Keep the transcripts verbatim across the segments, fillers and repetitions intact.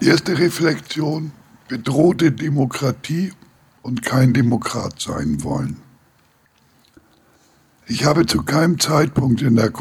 Erste Reflexion: bedrohte Demokratie und kein Demokrat sein wollen. Ich habe zu keinem Zeitpunkt in der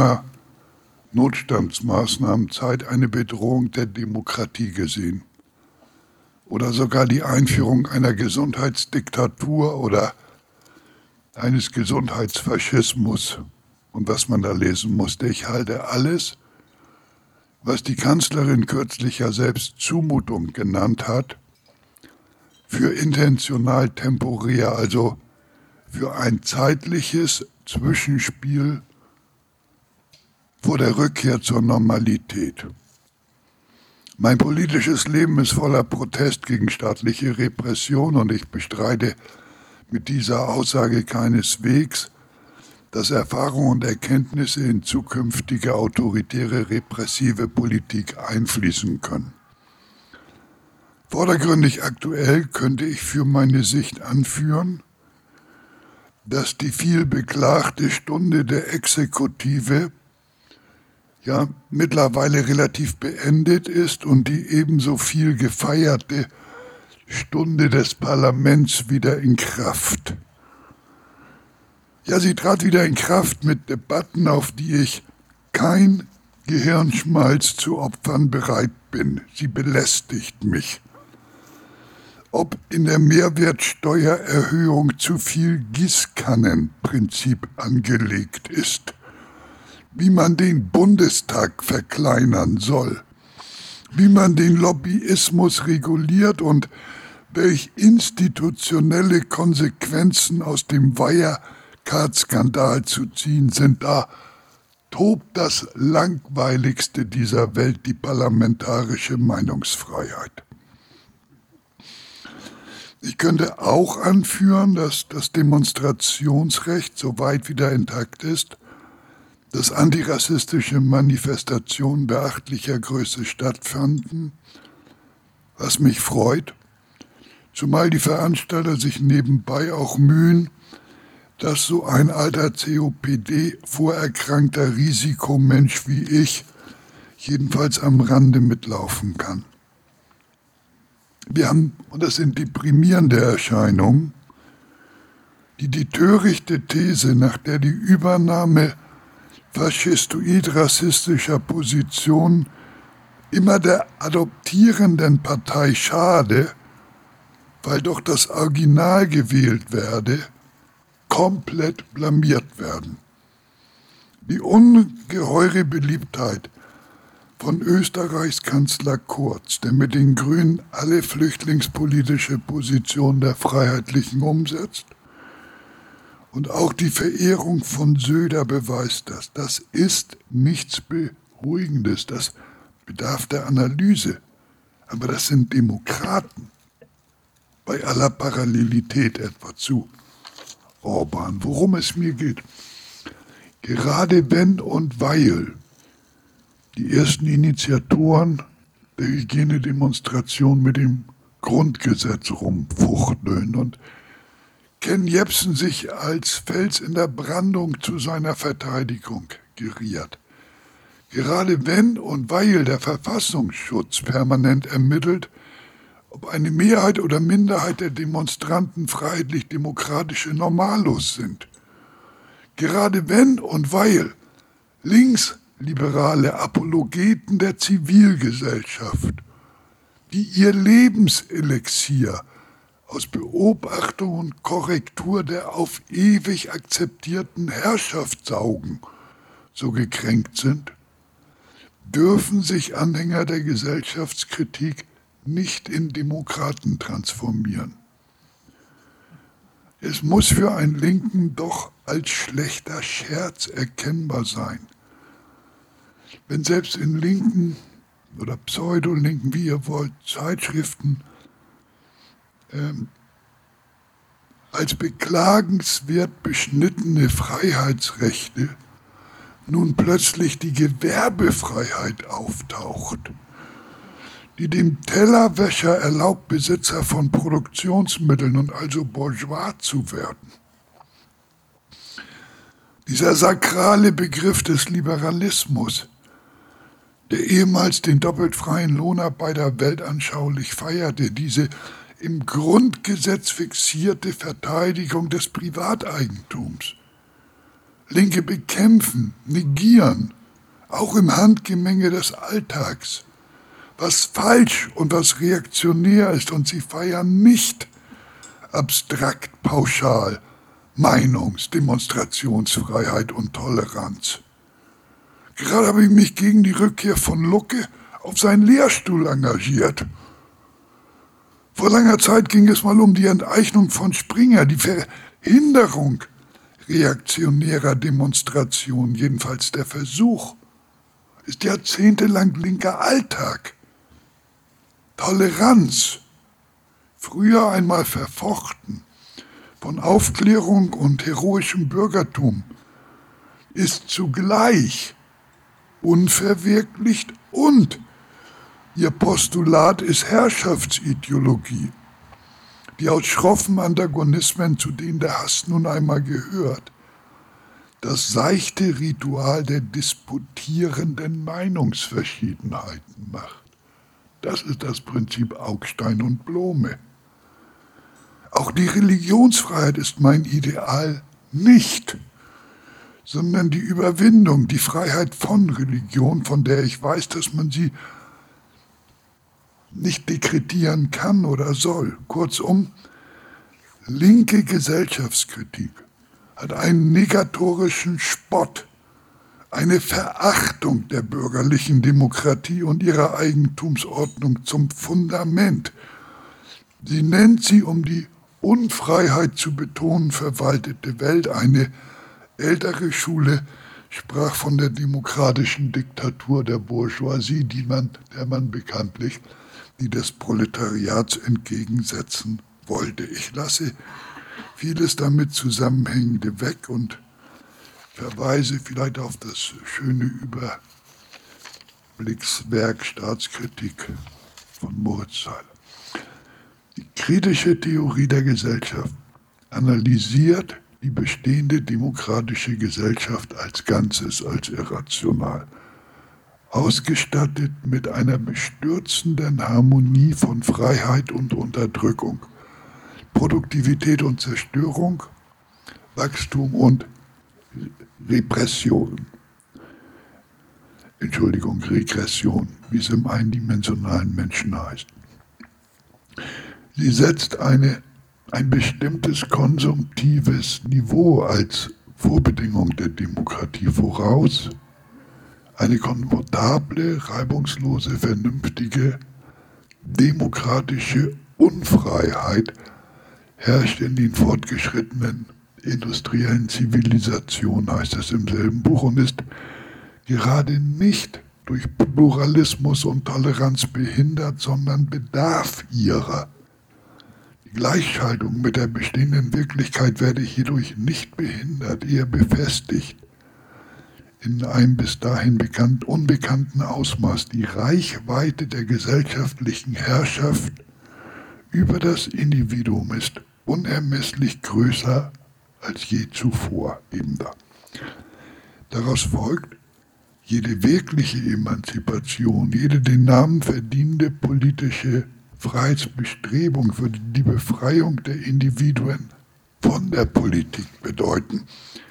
Corona-Notstandsmaßnahmenzeit eine Bedrohung der Demokratie gesehen oder sogar die Einführung einer Gesundheitsdiktatur oder eines Gesundheitsfaschismus und was man da lesen musste. Ich halte alles, was die Kanzlerin kürzlich ja selbst Zumutung genannt hat, für intentional temporär, also für ein zeitliches Zwischenspiel vor der Rückkehr zur Normalität. Mein politisches Leben ist voller Protest gegen staatliche Repression und ich bestreite mit dieser Aussage keineswegs, dass Erfahrung und Erkenntnisse in zukünftige autoritäre repressive Politik einfließen können. Vordergründig aktuell könnte ich für meine Sicht anführen, dass die viel beklagte Stunde der Exekutive ja mittlerweile relativ beendet ist und die ebenso viel gefeierte Stunde des Parlaments wieder in Kraft. Ja, sie trat wieder in Kraft mit Debatten, auf die ich kein Gehirnschmalz zu opfern bereit bin. Sie belästigt mich. Ob in der Mehrwertsteuererhöhung zu viel Gießkannenprinzip angelegt ist, wie man den Bundestag verkleinern soll, wie man den Lobbyismus reguliert und welch institutionelle Konsequenzen aus dem Wirecard-Skandal zu ziehen sind, da tobt das Langweiligste dieser Welt, die parlamentarische Meinungsfreiheit. Ich könnte auch anführen, dass das Demonstrationsrecht soweit wieder intakt ist, dass antirassistische Manifestationen beachtlicher Größe stattfanden, was mich freut, zumal die Veranstalter sich nebenbei auch mühen, dass so ein alter C O P D-vorerkrankter Risikomensch wie ich jedenfalls am Rande mitlaufen kann. Wir haben, und das sind deprimierende Erscheinungen, die die törichte These, nach der die Übernahme faschistoid-rassistischer Positionen immer der adoptierenden Partei schade, weil doch das Original gewählt werde, komplett blamiert werden. Die ungeheure Beliebtheit von Österreichs Kanzler Kurz, der mit den Grünen alle flüchtlingspolitische Positionen der Freiheitlichen umsetzt, und auch die Verehrung von Söder beweist das. Das ist nichts Beruhigendes, das bedarf der Analyse. Aber das sind Demokraten, bei aller Parallelität etwa zu Orban. Worum es mir geht, gerade wenn und weil die ersten Initiatoren der Hygienedemonstration mit dem Grundgesetz rumfuchteln und Ken Jebsen sich als Fels in der Brandung zu seiner Verteidigung geriert. Gerade wenn und weil der Verfassungsschutz permanent ermittelt, ob eine Mehrheit oder Minderheit der Demonstranten freiheitlich-demokratische Normalos sind. Gerade wenn und weil linksliberale Apologeten der Zivilgesellschaft, die ihr Lebenselixier aus Beobachtung und Korrektur der auf ewig akzeptierten Herrschaft saugen, so gekränkt sind, dürfen sich Anhänger der Gesellschaftskritik nicht in Demokraten transformieren. Es muss für einen Linken doch als schlechter Scherz erkennbar sein, wenn selbst in linken oder Pseudolinken, wie ihr wollt, Zeitschriften ähm, als beklagenswert beschnittene Freiheitsrechte nun plötzlich die Gewerbefreiheit auftaucht, die dem Tellerwäscher erlaubt, Besitzer von Produktionsmitteln und also Bourgeois zu werden. Dieser sakrale Begriff des Liberalismus, der ehemals den doppelt freien Lohnarbeiter weltanschaulich feierte, diese im Grundgesetz fixierte Verteidigung des Privateigentums. Linke bekämpfen, negieren, auch im Handgemenge des Alltags, was falsch und was reaktionär ist, und sie feiern nicht abstrakt, pauschal Meinungs-, Demonstrationsfreiheit und Toleranz. Gerade habe ich mich gegen die Rückkehr von Lucke auf seinen Lehrstuhl engagiert. Vor langer Zeit ging es mal um die Enteignung von Springer, die Verhinderung reaktionärer Demonstrationen, jedenfalls der Versuch, ist jahrzehntelang linker Alltag. Toleranz, früher einmal verfochten von Aufklärung und heroischem Bürgertum, ist zugleich unverwirklicht und ihr Postulat ist Herrschaftsideologie, die aus schroffen Antagonismen, zu denen der Hass nun einmal gehört, das seichte Ritual der disputierenden Meinungsverschiedenheiten macht. Das ist das Prinzip Augstein und Blome. Auch die Religionsfreiheit ist mein Ideal nicht, sondern die Überwindung, die Freiheit von Religion, von der ich weiß, dass man sie nicht dekretieren kann oder soll. Kurzum, linke Gesellschaftskritik hat einen negatorischen Spott, eine Verachtung der bürgerlichen Demokratie und ihrer Eigentumsordnung zum Fundament. Sie nennt sie, um die Unfreiheit zu betonen, verwaltete Welt. Eine ältere Schule sprach von der demokratischen Diktatur der Bourgeoisie, die man, der man bekanntlich die des Proletariats entgegensetzen wollte. Ich lasse vieles damit Zusammenhängende weg und verweise vielleicht auf das schöne Überblickswerk Staatskritik von Moritz Seiler. Die kritische Theorie der Gesellschaft analysiert die bestehende demokratische Gesellschaft als Ganzes, als irrational, ausgestattet mit einer bestürzenden Harmonie von Freiheit und Unterdrückung, Produktivität und Zerstörung, Wachstum und Repression. Entschuldigung, Regression, wie es im eindimensionalen Menschen heißt. Sie setzt eine, ein bestimmtes konsumtives Niveau als Vorbedingung der Demokratie voraus. Eine komfortable, reibungslose, vernünftige, demokratische Unfreiheit herrscht in den fortgeschrittenen industriellen Zivilisationen, heißt es im selben Buch, und ist gerade nicht durch Pluralismus und Toleranz behindert, sondern bedarf ihrer. Die Gleichschaltung mit der bestehenden Wirklichkeit werde hierdurch nicht behindert, eher befestigt. In einem bis dahin bekannt, unbekannten Ausmaß. Die Reichweite der gesellschaftlichen Herrschaft über das Individuum ist unermesslich größer als je zuvor eben da. Daraus folgt, jede wirkliche Emanzipation, jede den Namen verdienende politische Freiheitsbestrebung würde die Befreiung der Individuen von der Politik bedeuten.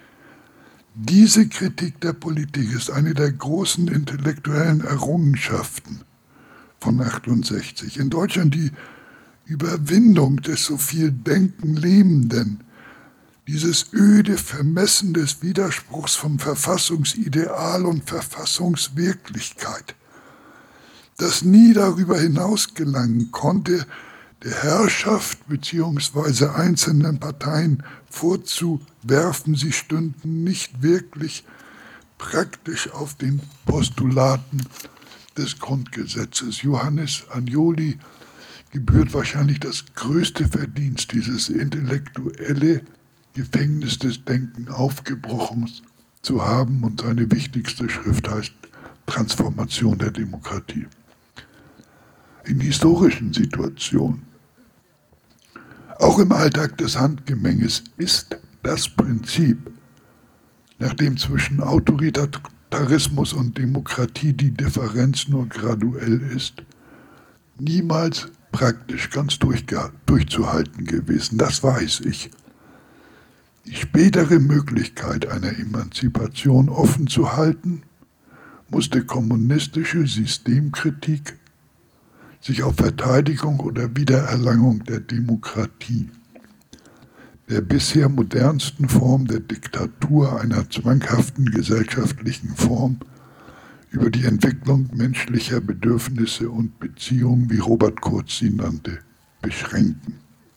Diese Kritik der Politik ist eine der großen intellektuellen Errungenschaften von achtundsechzig. In Deutschland die Überwindung des so viel Denken Lähmenden, dieses öde Vermessen des Widerspruchs von Verfassungsideal und Verfassungswirklichkeit, das nie darüber hinaus gelangen konnte, der Herrschaft bzw. einzelnen Parteien vorzuwerfen, sie stünden nicht wirklich praktisch auf den Postulaten des Grundgesetzes. Johannes Agnoli gebührt wahrscheinlich das größte Verdienst, dieses intellektuelle Gefängnis des Denkens aufgebrochen zu haben, und seine wichtigste Schrift heißt Transformation der Demokratie. In historischen Situationen, auch im Alltag des Handgemenges, ist das Prinzip, nach dem zwischen Autorität, Parlamentarismus und Demokratie die Differenz nur graduell ist, niemals praktisch ganz durchzuhalten gewesen. Das weiß ich. Die spätere Möglichkeit einer Emanzipation offen zu halten, musste kommunistische Systemkritik sich auf Verteidigung oder Wiedererlangung der Demokratie, der bisher modernsten Form der Diktatur einer zwanghaften gesellschaftlichen Form, über die Entwicklung menschlicher Bedürfnisse und Beziehungen, wie Robert Kurz sie nannte, beschränken.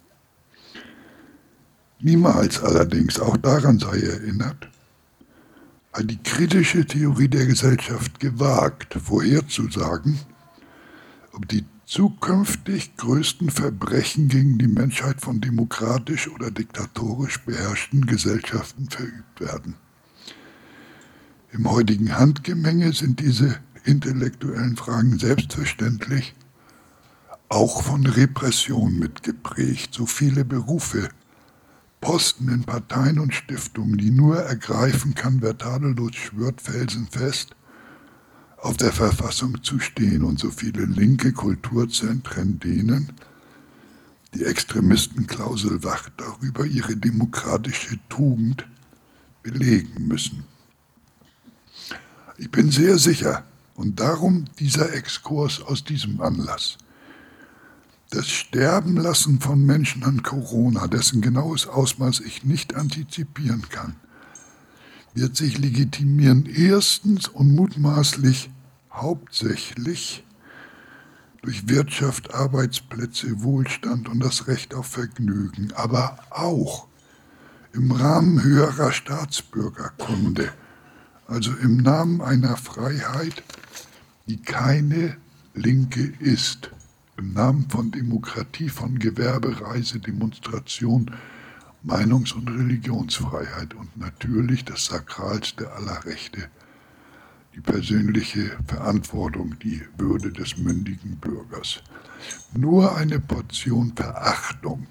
Niemals allerdings, auch daran sei erinnert, hat die kritische Theorie der Gesellschaft gewagt, vorherzusagen, ob die zukünftig größten Verbrechen gegen die Menschheit von demokratisch oder diktatorisch beherrschten Gesellschaften verübt werden. Im heutigen Handgemenge sind diese intellektuellen Fragen selbstverständlich auch von Repression mitgeprägt. So viele Berufe, Posten in Parteien und Stiftungen, die nur ergreifen kann, wer tadellos schwört, felsenfest, auf der Verfassung zu stehen, und so viele linke Kulturzentren denen, die Extremistenklausel wacht darüber, ihre demokratische Tugend belegen müssen. Ich bin sehr sicher, und darum dieser Exkurs aus diesem Anlass, das Sterbenlassen von Menschen an Corona, dessen genaues Ausmaß ich nicht antizipieren kann, wird sich legitimieren erstens und mutmaßlich hauptsächlich durch Wirtschaft, Arbeitsplätze, Wohlstand und das Recht auf Vergnügen, aber auch im Rahmen höherer Staatsbürgerkunde, also im Namen einer Freiheit, die keine linke ist, im Namen von Demokratie, von Gewerbe, Reise, Demonstration, Meinungs- und Religionsfreiheit und natürlich das sakralste aller Rechte, die persönliche Verantwortung, die Würde des mündigen Bürgers. Nur eine Portion Verachtung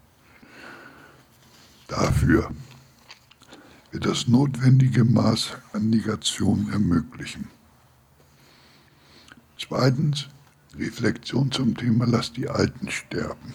dafür wird das notwendige Maß an Negation ermöglichen. Zweitens, Reflexion zum Thema Lass die Alten sterben.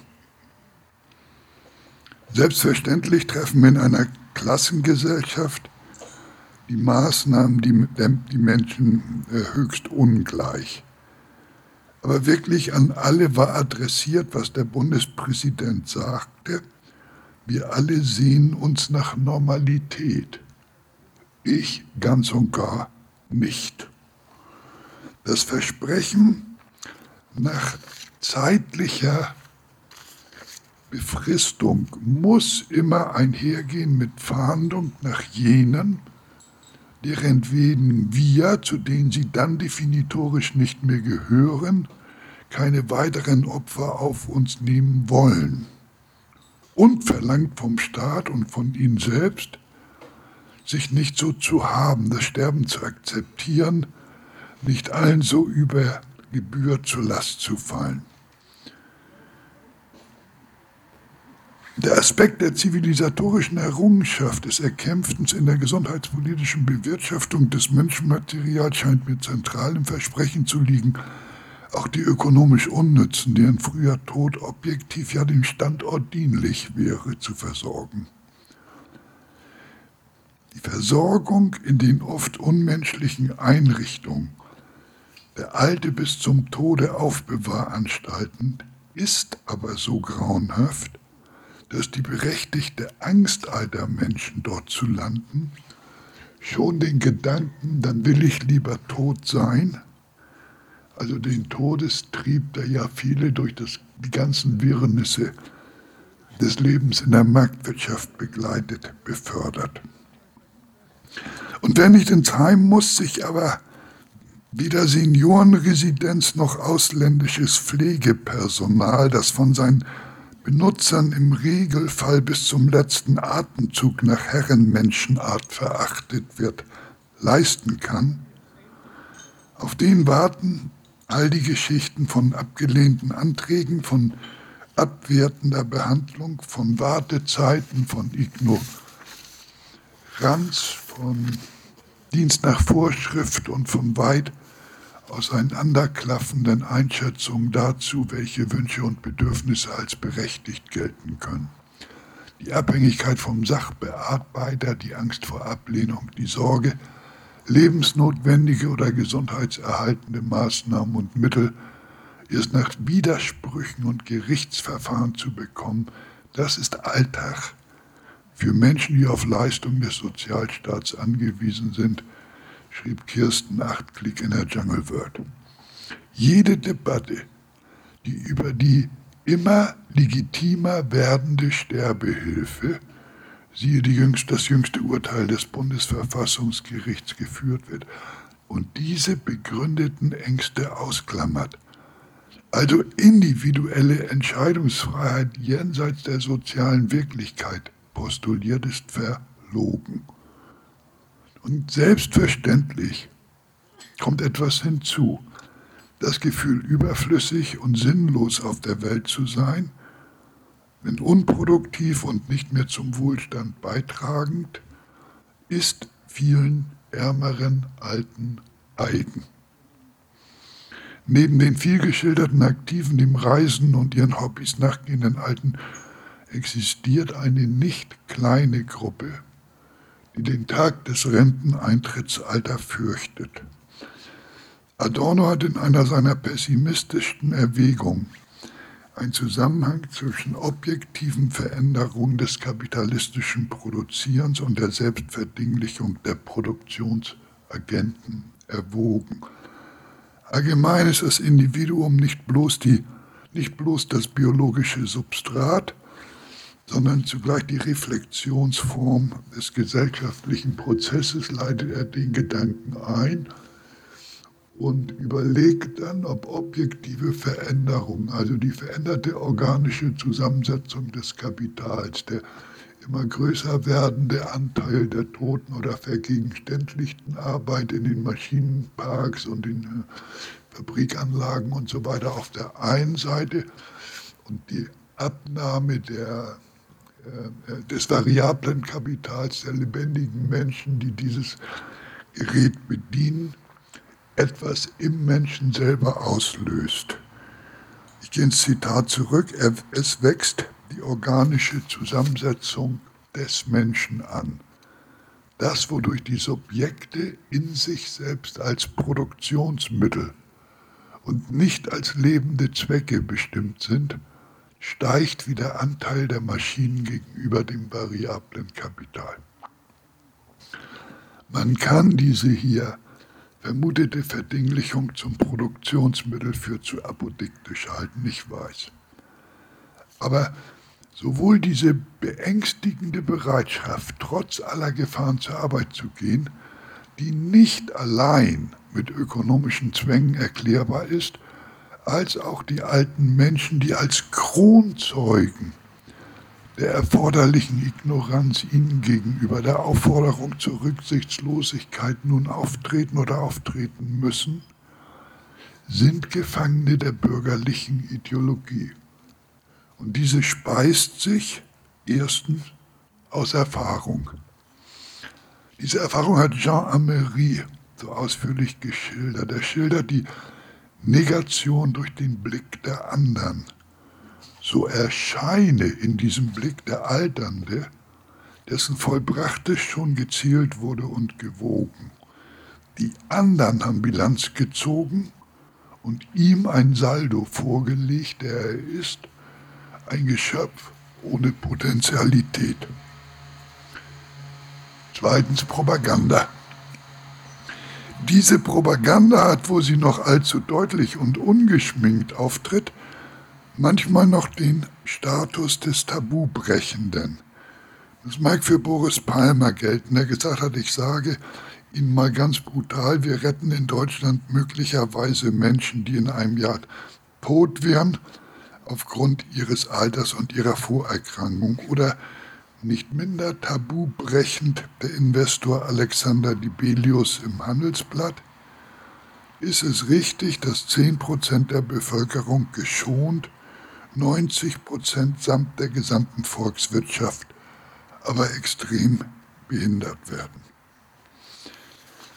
Selbstverständlich treffen wir in einer Klassengesellschaft die Maßnahmen, die, die Menschen äh, höchst ungleich. Aber wirklich an alle war adressiert, was der Bundespräsident sagte: Wir alle sehnen uns nach Normalität. Ich ganz und gar nicht. Das Versprechen nach zeitlicher Befristung muss immer einhergehen mit Fahndung nach jenen, deren Wegen wir, zu denen sie dann definitorisch nicht mehr gehören, keine weiteren Opfer auf uns nehmen wollen. Und verlangt vom Staat und von ihnen selbst, sich nicht so zu haben, das Sterben zu akzeptieren, nicht allen so über Gebühr zur Last zu fallen. Der Aspekt der zivilisatorischen Errungenschaft des Erkämpftens in der gesundheitspolitischen Bewirtschaftung des Menschenmaterials scheint mir zentral im Versprechen zu liegen, auch die ökonomisch Unnützen, deren früher Tod objektiv ja dem Standort dienlich wäre, zu versorgen. Die Versorgung in den oft unmenschlichen Einrichtungen der alte bis zum Tode Aufbewahrananstalten ist aber so grauenhaft, dass die berechtigte Angst alter Menschen dort zu landen schon den Gedanken, dann will ich lieber tot sein, also den Todestrieb, der ja viele durch das, die ganzen Wirrnisse des Lebens in der Marktwirtschaft begleitet, befördert. Und wer nicht ins Heim muss, sich aber weder Seniorenresidenz noch ausländisches Pflegepersonal, das von seinen Benutzern im Regelfall bis zum letzten Atemzug nach Herrenmenschenart verachtet wird, leisten kann, auf den warten all die Geschichten von abgelehnten Anträgen, von abwertender Behandlung, von Wartezeiten, von Ignoranz, von Dienst nach Vorschrift und von weit auseinanderklaffenden Einschätzungen dazu, welche Wünsche und Bedürfnisse als berechtigt gelten können. Die Abhängigkeit vom Sachbearbeiter, die Angst vor Ablehnung, die Sorge, lebensnotwendige oder gesundheitserhaltende Maßnahmen und Mittel erst nach Widersprüchen und Gerichtsverfahren zu bekommen, das ist Alltag für Menschen, die auf Leistung des Sozialstaats angewiesen sind, schrieb Kirsten Achtklick in der Jungle World. Jede Debatte, die über die immer legitimer werdende Sterbehilfe, siehe die jüngst, das jüngste Urteil des Bundesverfassungsgerichts, geführt wird und diese begründeten Ängste ausklammert, also individuelle Entscheidungsfreiheit jenseits der sozialen Wirklichkeit postuliert, ist verlogen. Und selbstverständlich kommt etwas hinzu. Das Gefühl, überflüssig und sinnlos auf der Welt zu sein, wenn unproduktiv und nicht mehr zum Wohlstand beitragend, ist vielen ärmeren Alten eigen. Neben den viel geschilderten Aktiven, dem Reisen und ihren Hobbys nachgehenden Alten, existiert eine nicht kleine Gruppe, die den Tag des Renteneintrittsalters fürchtet. Adorno hat in einer seiner pessimistischsten Erwägungen einen Zusammenhang zwischen objektiven Veränderungen des kapitalistischen Produzierens und der Selbstverdinglichung der Produktionsagenten erwogen. Allgemein ist das Individuum nicht bloß, die, nicht bloß das biologische Substrat, sondern zugleich die Reflexionsform des gesellschaftlichen Prozesses, leitet er den Gedanken ein und überlegt dann, ob objektive Veränderungen, also die veränderte organische Zusammensetzung des Kapitals, der immer größer werdende Anteil der toten oder vergegenständlichten Arbeit in den Maschinenparks und in Fabrikanlagen und so weiter auf der einen Seite und die Abnahme der, äh, des variablen Kapitals der lebendigen Menschen, die dieses Gerät bedienen, etwas im Menschen selber auslöst. Ich gehe ins Zitat zurück. Es wächst die organische Zusammensetzung des Menschen an. Das, wodurch die Subjekte in sich selbst als Produktionsmittel und nicht als lebende Zwecke bestimmt sind, steigt wie der Anteil der Maschinen gegenüber dem variablen Kapital. Man kann diese hier vermutete Verdinglichung zum Produktionsmittel für zu apodiktisch halten, ich weiß. Aber sowohl diese beängstigende Bereitschaft, trotz aller Gefahren zur Arbeit zu gehen, die nicht allein mit ökonomischen Zwängen erklärbar ist, als auch die alten Menschen, die als Kronzeugen der erforderlichen Ignoranz ihnen gegenüber, der Aufforderung zur Rücksichtslosigkeit nun auftreten oder auftreten müssen, sind Gefangene der bürgerlichen Ideologie. Und diese speist sich erstens aus Erfahrung. Diese Erfahrung hat Jean Amery so ausführlich geschildert. Er schildert die Negation durch den Blick der anderen. So erscheine in diesem Blick der Alternde, dessen Vollbrachtes schon gezielt wurde und gewogen. Die anderen haben Bilanz gezogen und ihm ein Saldo vorgelegt, der er ist, ein Geschöpf ohne Potentialität. Zweitens Propaganda. Diese Propaganda hat, wo sie noch allzu deutlich und ungeschminkt auftritt, manchmal noch den Status des Tabubrechenden. Das mag für Boris Palmer gelten, der gesagt hat, ich sage Ihnen mal ganz brutal, wir retten in Deutschland möglicherweise Menschen, die in einem Jahr tot wären, aufgrund ihres Alters und ihrer Vorerkrankung. Oder nicht minder tabubrechend der Investor Alexander Dibelius im Handelsblatt. Ist es richtig, dass zehn Prozent der Bevölkerung geschont, neunzig Prozent samt der gesamten Volkswirtschaft aber extrem behindert werden?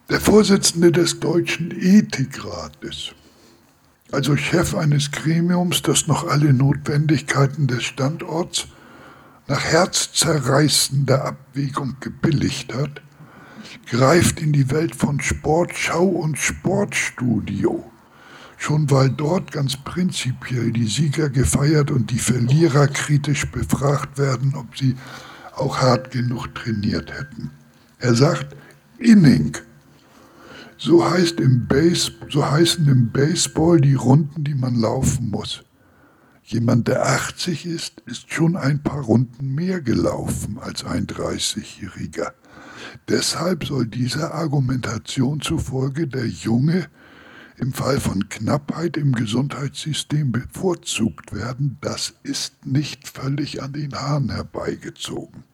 Der Vorsitzende des Deutschen Ethikrates, also Chef eines Gremiums, das noch alle Notwendigkeiten des Standorts nach herzzerreißender Abwägung gebilligt hat, greift in die Welt von Sportschau und Sportstudio, schon weil dort ganz prinzipiell die Sieger gefeiert und die Verlierer kritisch befragt werden, ob sie auch hart genug trainiert hätten. Er sagt, Inning. So, heißt im Base, so heißen im Baseball die Runden, die man laufen muss. Jemand, der achtzig ist, ist schon ein paar Runden mehr gelaufen als ein dreißigjähriger. Deshalb soll dieser Argumentation zufolge der Junge im Fall von Knappheit im Gesundheitssystem bevorzugt werden. Das ist nicht völlig an den Haaren herbeigezogen.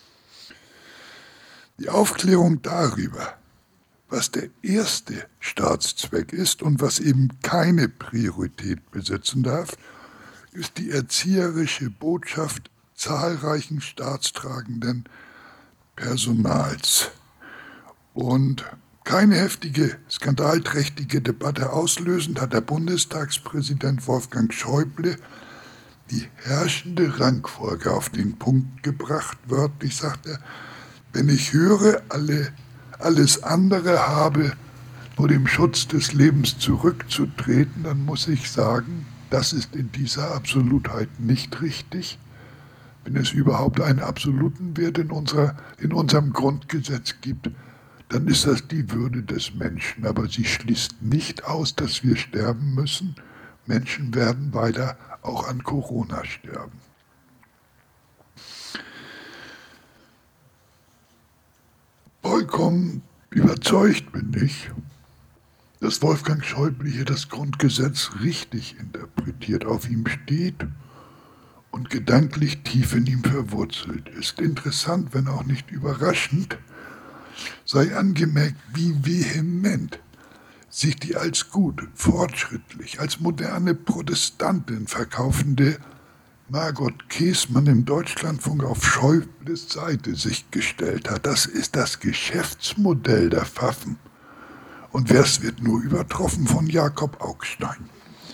Die Aufklärung darüber, was der erste Staatszweck ist und was eben keine Priorität besitzen darf, ist die erzieherische Botschaft zahlreichen staatstragenden Personals. Und keine heftige, skandalträchtige Debatte auslösend hat der Bundestagspräsident Wolfgang Schäuble die herrschende Rangfolge auf den Punkt gebracht. Wörtlich sagt er, wenn ich höre, alle, alles andere habe vor dem Schutz des Lebens zurückzutreten, dann muss ich sagen, das ist in dieser Absolutheit nicht richtig. Wenn es überhaupt einen absoluten Wert in, unserer, in unserem Grundgesetz gibt, dann ist das die Würde des Menschen. Aber sie schließt nicht aus, dass wir sterben müssen. Menschen werden weiter auch an Corona sterben. Vollkommen überzeugt bin ich, dass Wolfgang Schäuble hier das Grundgesetz richtig interpretiert, auf ihm steht und gedanklich tief in ihm verwurzelt ist. Interessant, wenn auch nicht überraschend, sei angemerkt, wie vehement sich die als gut, fortschrittlich, als moderne Protestantin verkaufende Margot Käßmann im Deutschlandfunk auf Schäubles Seite sich gestellt hat. Das ist das Geschäftsmodell der Pfaffen. Und es wird nur übertroffen von Jakob Augstein.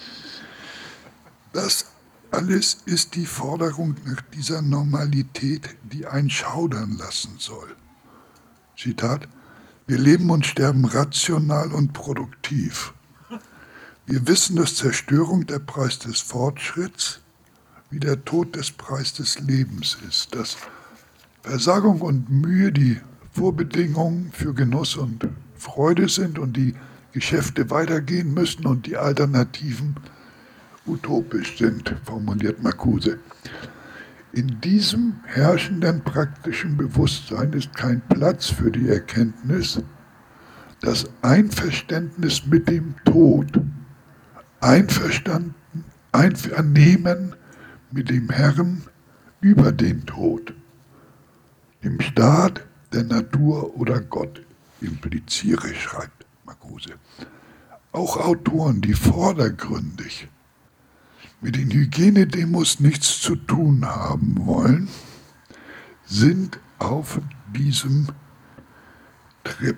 Das alles ist die Forderung nach dieser Normalität, die einen schaudern lassen soll. Zitat, wir leben und sterben rational und produktiv. Wir wissen, dass Zerstörung der Preis des Fortschritts wie der Tod des Preis des Lebens ist, dass Versagung und Mühe die Vorbedingungen für Genuss und Freude sind und die Geschäfte weitergehen müssen und die Alternativen utopisch sind, formuliert Marcuse. In diesem herrschenden praktischen Bewusstsein ist kein Platz für die Erkenntnis, dass Einverständnis mit dem Tod, Einverstanden, Einvernehmen mit dem Herrn über den Tod, dem Staat, der Natur oder Gott impliziere, schreibt Marcuse. Auch Autoren, die vordergründig mit den Hygienedemos nichts zu tun haben wollen, sind auf diesem Trip.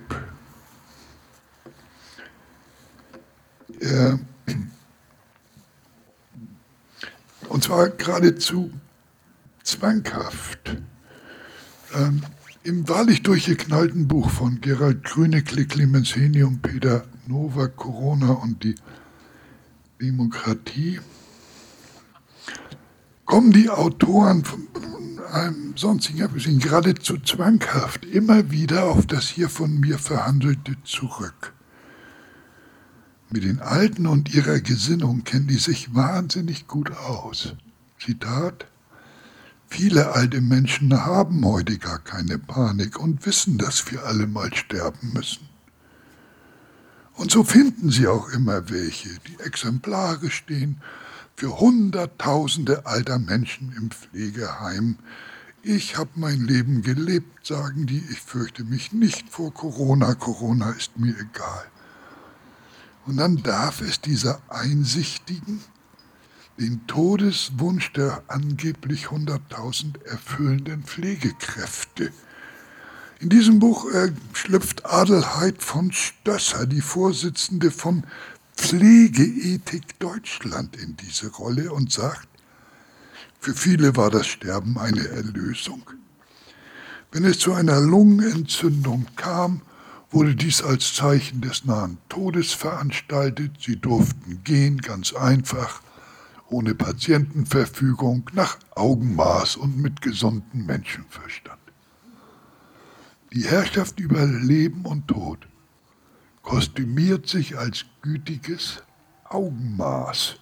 Äh, und zwar geradezu zwanghaft. Ähm, Im wahrlich durchgeknallten Buch von Gerald Grünekle, Clemens Henium, Peter Nowak, Corona und die Demokratie kommen die Autoren von einem sonstigen Abgesehen geradezu zwanghaft immer wieder auf das hier von mir Verhandelte zurück. Mit den Alten und ihrer Gesinnung kennen die sich wahnsinnig gut aus. Zitat, viele alte Menschen haben heute gar keine Panik und wissen, dass wir alle mal sterben müssen. Und so finden sie auch immer welche, die exemplarisch stehen für Hunderttausende alter Menschen im Pflegeheim. Ich habe mein Leben gelebt, sagen die, ich fürchte mich nicht vor Corona, Corona ist mir egal. Und dann darf es dieser Einsichtigen den Todeswunsch der angeblich hunderttausend erfüllenden Pflegekräfte In diesem Buch äh, schlüpft Adelheid von Stösser, die Vorsitzende von Pflegeethik Deutschland, in diese Rolle und sagt, für viele war das Sterben eine Erlösung. Wenn es zu einer Lungenentzündung kam, wurde dies als Zeichen des nahen Todes veranstaltet. Sie durften gehen, ganz einfach, ohne Patientenverfügung, nach Augenmaß und mit gesundem Menschenverstand. Die Herrschaft über Leben und Tod kostümiert sich als gütiges Augenmaß.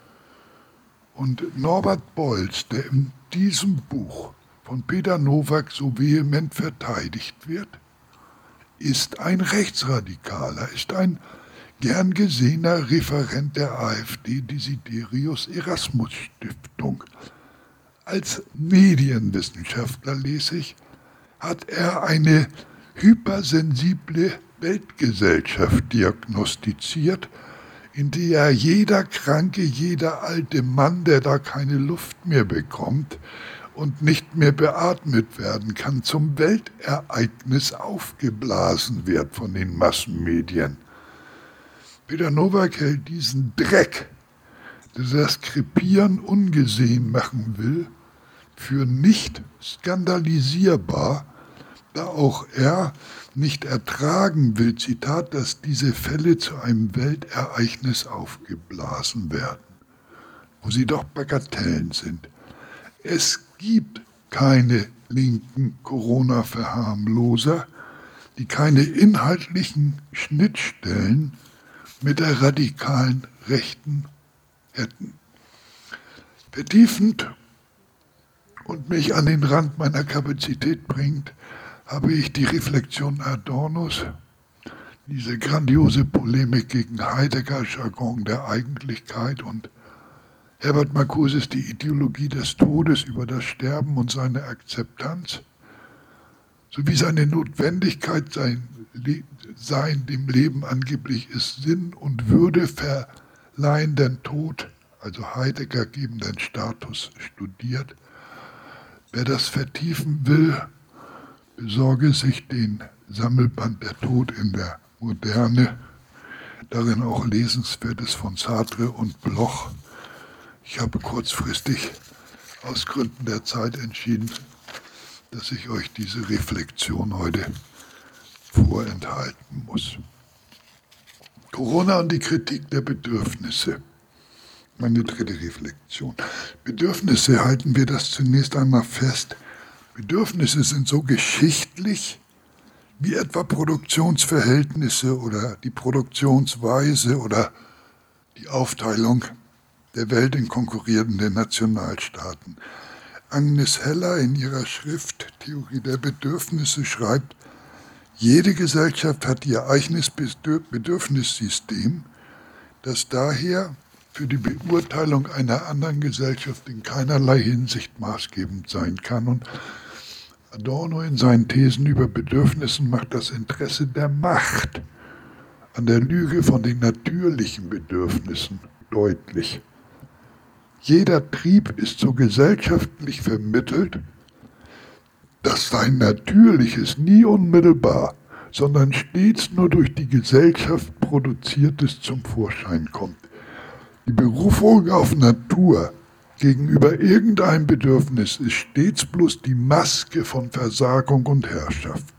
Und Norbert Bolz, der in diesem Buch von Peter Nowak so vehement verteidigt wird, ist ein Rechtsradikaler, ist ein gern gesehener Referent der AfD, Desiderius Erasmus Stiftung. Als Medienwissenschaftler, lese ich, hat er eine hypersensible Weltgesellschaft diagnostiziert, in der jeder Kranke, jeder alte Mann, der da keine Luft mehr bekommt und nicht mehr beatmet werden kann, zum Weltereignis aufgeblasen wird von den Massenmedien. Peter Nowak hält diesen Dreck, der das Krepieren ungesehen machen will, für nicht skandalisierbar, da auch er nicht ertragen will, Zitat, dass diese Fälle zu einem Weltereignis aufgeblasen werden, wo sie doch Bagatellen sind. Es gibt keine linken Corona-Verharmloser, die keine inhaltlichen Schnittstellen mit der radikalen Rechten hätten. Vertiefend und mich an den Rand meiner Kapazität bringt, habe ich die Reflexion Adornos, diese grandiose Polemik gegen Heidegger-Jargon der Eigentlichkeit und Herbert Marcuses die Ideologie des Todes über das Sterben und seine Akzeptanz, sowie seine Notwendigkeit, sein, sein dem Leben angeblich ist Sinn und Würde verleihenden Tod, also Heidegger gebenden Status, studiert. Wer das vertiefen will, besorge sich den Sammelband Der Tod in der Moderne, darin auch Lesenswertes von Sartre und Bloch. Ich habe kurzfristig aus Gründen der Zeit entschieden, dass ich euch diese Reflexion heute vorenthalten muss. Corona und die Kritik der Bedürfnisse. Meine dritte Reflexion. Bedürfnisse, halten wir das zunächst einmal fest. Bedürfnisse sind so geschichtlich wie etwa Produktionsverhältnisse oder die Produktionsweise oder die Aufteilung der Welt in konkurrierende Nationalstaaten. Agnes Heller in ihrer Schrift Theorie der Bedürfnisse schreibt, jede Gesellschaft hat ihr eigenes Bedürfnissystem, das daher für die Beurteilung einer anderen Gesellschaft in keinerlei Hinsicht maßgebend sein kann. Und Adorno in seinen Thesen über Bedürfnissen macht das Interesse der Macht an der Lüge von den natürlichen Bedürfnissen deutlich. Jeder Trieb ist so gesellschaftlich vermittelt, dass sein Natürliches nie unmittelbar, sondern stets nur durch die Gesellschaft Produziertes zum Vorschein kommt. Die Berufung auf Natur gegenüber irgendeinem Bedürfnis ist stets bloß die Maske von Versagung und Herrschaft.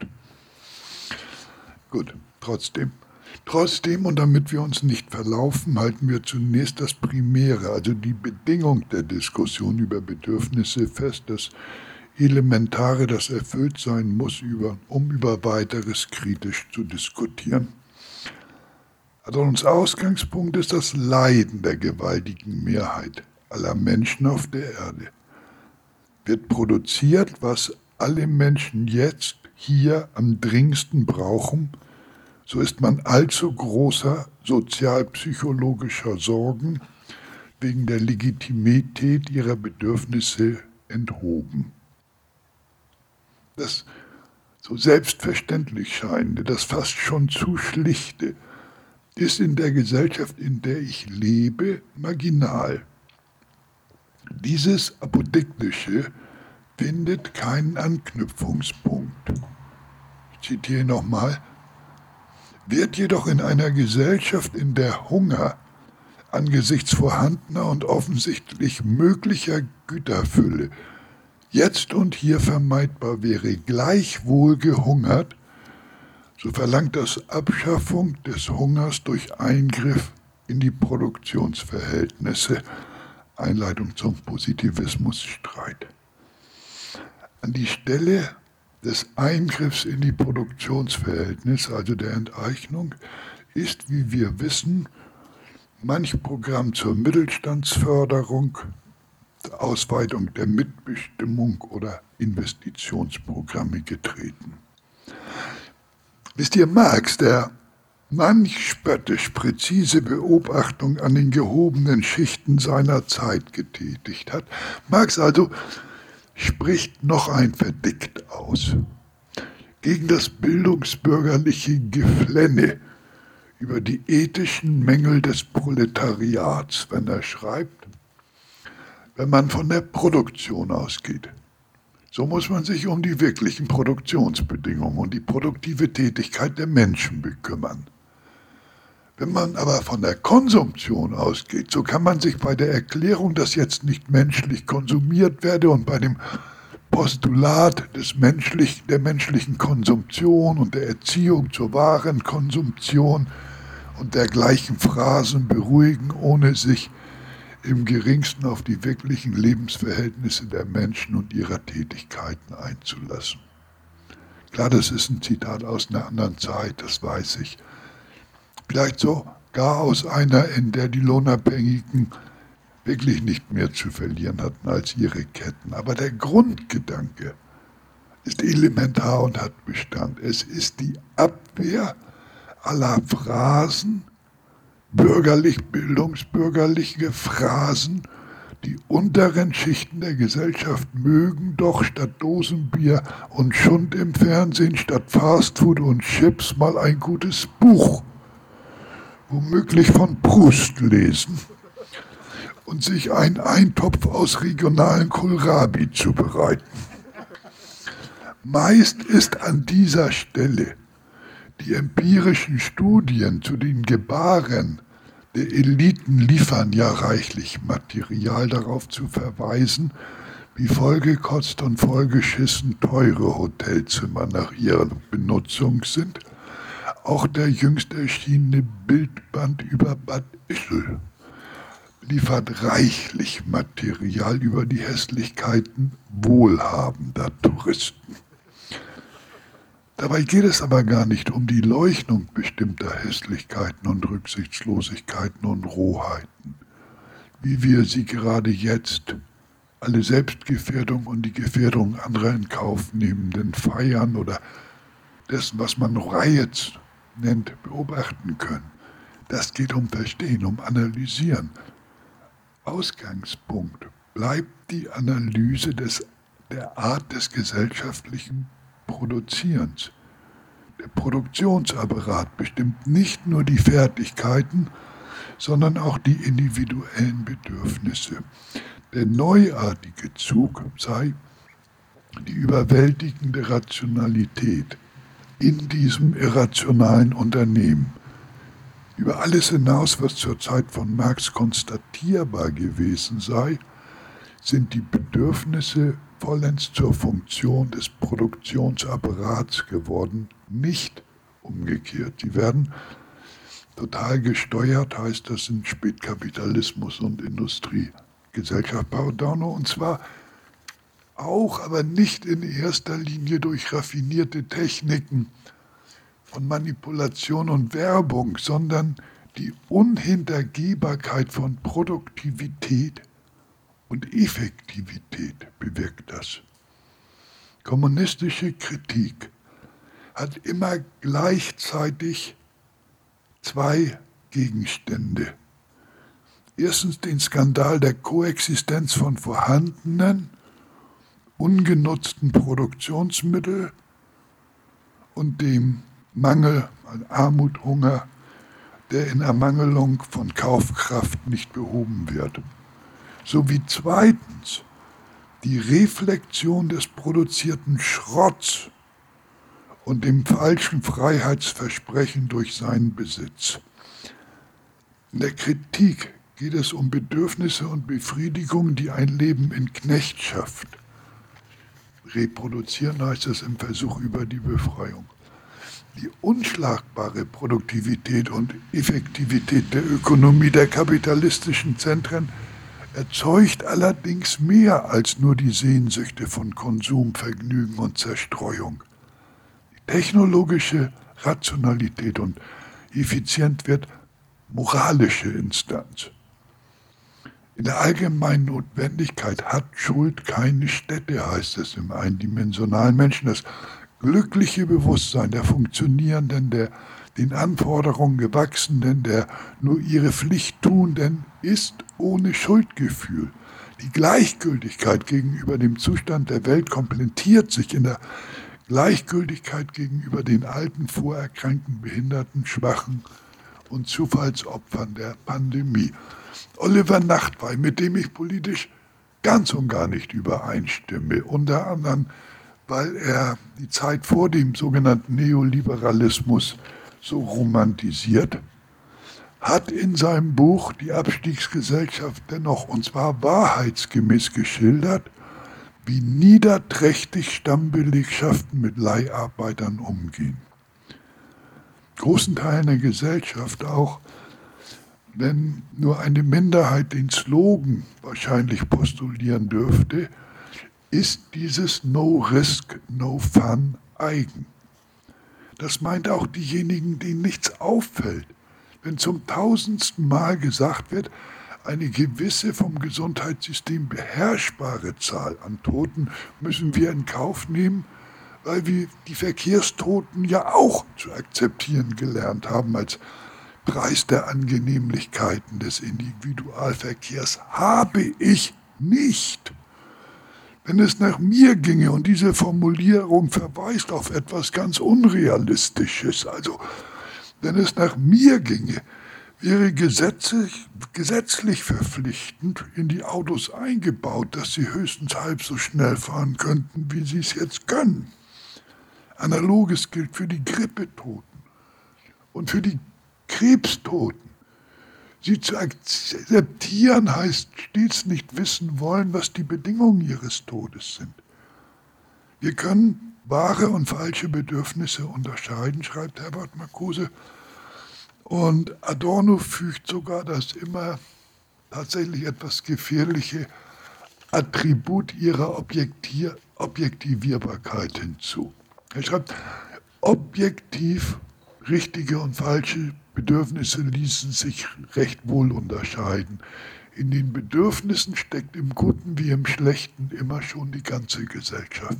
Gut, trotzdem. Trotzdem, und damit wir uns nicht verlaufen, halten wir zunächst das Primäre, also die Bedingung der Diskussion über Bedürfnisse fest, das Elementare, das erfüllt sein muss, über, um über Weiteres kritisch zu diskutieren. Adornos Ausgangspunkt ist das Leiden der gewaltigen Mehrheit aller Menschen auf der Erde. Wird produziert, was alle Menschen jetzt hier am dringendsten brauchen, so ist man allzu großer sozialpsychologischer Sorgen wegen der Legitimität ihrer Bedürfnisse enthoben. Das so selbstverständlich Scheinende, das fast schon zu Schlichte, ist in der Gesellschaft, in der ich lebe, marginal. Dieses Apodiktische findet keinen Anknüpfungspunkt. zitiere nochmal, wird jedoch in einer Gesellschaft, in der Hunger angesichts vorhandener und offensichtlich möglicher Güterfülle jetzt und hier vermeidbar wäre, gleichwohl gehungert, so verlangt das Abschaffung des Hungers durch Eingriff in die Produktionsverhältnisse. Einleitung zum Positivismusstreit. An die Stelle des Eingriffs in die Produktionsverhältnisse, also der Enteignung, ist, wie wir wissen, manch Programm zur Mittelstandsförderung, der Ausweitung der Mitbestimmung oder Investitionsprogramme getreten. Wisst ihr, Marx, der manch spöttisch präzise Beobachtung an den gehobenen Schichten seiner Zeit getätigt hat, Marx also spricht noch ein Verdikt aus gegen das bildungsbürgerliche Geflenne über die ethischen Mängel des Proletariats, wenn er schreibt, wenn man von der Produktion ausgeht. So muss man sich um die wirklichen Produktionsbedingungen und die produktive Tätigkeit der Menschen bekümmern. Wenn man aber von der Konsumption ausgeht, so kann man sich bei der Erklärung, dass jetzt nicht menschlich konsumiert werde und bei dem Postulat des menschlich, der menschlichen Konsumption und der Erziehung zur wahren Konsumption und dergleichen Phrasen beruhigen, ohne sich im geringsten auf die wirklichen Lebensverhältnisse der Menschen und ihrer Tätigkeiten einzulassen. Klar, das ist ein Zitat aus einer anderen Zeit, das weiß ich. Vielleicht sogar aus einer, in der die Lohnabhängigen wirklich nicht mehr zu verlieren hatten als ihre Ketten. Aber der Grundgedanke ist elementar und hat Bestand. Es ist die Abwehr aller Phrasen, bürgerlich, bildungsbürgerliche Phrasen, die unteren Schichten der Gesellschaft mögen doch statt Dosenbier und Schund im Fernsehen, statt Fastfood und Chips mal ein gutes Buch, womöglich von Proust lesen und sich einen Eintopf aus regionalen Kohlrabi zubereiten. Meist ist an dieser Stelle die empirischen Studien zu den Gebaren der Eliten liefern ja reichlich Material darauf zu verweisen, wie vollgekotzt und vollgeschissen teure Hotelzimmer nach ihrer Benutzung sind. Auch der jüngst erschienene Bildband über Bad Ischl liefert reichlich Material über die Hässlichkeiten wohlhabender Touristen. Dabei geht es aber gar nicht um die Leugnung bestimmter Hässlichkeiten und Rücksichtslosigkeiten und Rohheiten, wie wir sie gerade jetzt, alle Selbstgefährdung und die Gefährdung anderer in Kauf nehmenden Feiern oder dessen, was man Riots nennt, beobachten können. Das geht um Verstehen, um Analysieren. Ausgangspunkt bleibt die Analyse des, der Art des gesellschaftlichen Produzierens. Der Produktionsapparat bestimmt nicht nur die Fertigkeiten, sondern auch die individuellen Bedürfnisse. Der neuartige Zug sei die überwältigende Rationalität in diesem irrationalen Unternehmen. Über alles hinaus, was zur Zeit von Marx konstatierbar gewesen sei, sind die Bedürfnisse vollends zur Funktion des Produktionsapparats geworden, nicht umgekehrt. Sie werden total gesteuert, heißt das in Spätkapitalismus und Industriegesellschaft Adorno, und zwar auch, aber nicht in erster Linie durch raffinierte Techniken von Manipulation und Werbung, sondern die Unhintergehbarkeit von Produktivität und Effektivität bewirkt das. Kommunistische Kritik hat immer gleichzeitig zwei Gegenstände. Erstens den Skandal der Koexistenz von vorhandenen, ungenutzten Produktionsmitteln und dem Mangel an Armut, Hunger, der in Ermangelung von Kaufkraft nicht behoben wird. Sowie zweitens die Reflexion des produzierten Schrotts und dem falschen Freiheitsversprechen durch seinen Besitz. In der Kritik geht es um Bedürfnisse und Befriedigungen, die ein Leben in Knechtschaft reproduzieren, heißt es im Versuch über die Befreiung. Die unschlagbare Produktivität und Effektivität der Ökonomie der kapitalistischen Zentren erzeugt allerdings mehr als nur die Sehnsüchte von Konsum, Vergnügen und Zerstreuung. Die technologische Rationalität und Effizienz wird moralische Instanz. In der allgemeinen Notwendigkeit hat Schuld keine Stätte, heißt es im eindimensionalen Menschen. Das glückliche Bewusstsein der Funktionierenden, der den Anforderungen Gewachsenen, der nur ihre Pflicht Tuenden, ist ohne Schuldgefühl. Die Gleichgültigkeit gegenüber dem Zustand der Welt komplettiert sich in der Gleichgültigkeit gegenüber den alten, vorerkrankten, Behinderten, Schwachen und Zufallsopfern der Pandemie. Oliver Nachtwey, mit dem ich politisch ganz und gar nicht übereinstimme, unter anderem, weil er die Zeit vor dem sogenannten Neoliberalismus so romantisiert, hat in seinem Buch Die Abstiegsgesellschaft dennoch, und zwar wahrheitsgemäß geschildert, wie niederträchtig Stammbelegschaften mit Leiharbeitern umgehen. Großen Teilen der Gesellschaft auch, wenn nur eine Minderheit den Slogan wahrscheinlich postulieren dürfte, ist dieses No Risk, No Fun eigen. Das meint auch diejenigen, denen nichts auffällt. Wenn zum tausendsten Mal gesagt wird, eine gewisse vom Gesundheitssystem beherrschbare Zahl an Toten müssen wir in Kauf nehmen, weil wir die Verkehrstoten ja auch zu akzeptieren gelernt haben als Preis der Angenehmlichkeiten des Individualverkehrs, habe ich nicht. Wenn es nach mir ginge, und diese Formulierung verweist auf etwas ganz Unrealistisches, also wenn es nach mir ginge, wäre gesetzlich, gesetzlich verpflichtend in die Autos eingebaut, dass sie höchstens halb so schnell fahren könnten, wie sie es jetzt können. Analoges gilt für die Grippetoten und für die Krebstoten. Sie zu akzeptieren heißt stets nicht wissen wollen, was die Bedingungen ihres Todes sind. Wir können wahre und falsche Bedürfnisse unterscheiden, schreibt Herbert Marcuse. Und Adorno fügt sogar das immer tatsächlich etwas gefährliche Attribut ihrer Objektiv- Objektivierbarkeit hinzu. Er schreibt, objektiv richtige und falsche Bedürfnisse ließen sich recht wohl unterscheiden. In den Bedürfnissen steckt im Guten wie im Schlechten immer schon die ganze Gesellschaft.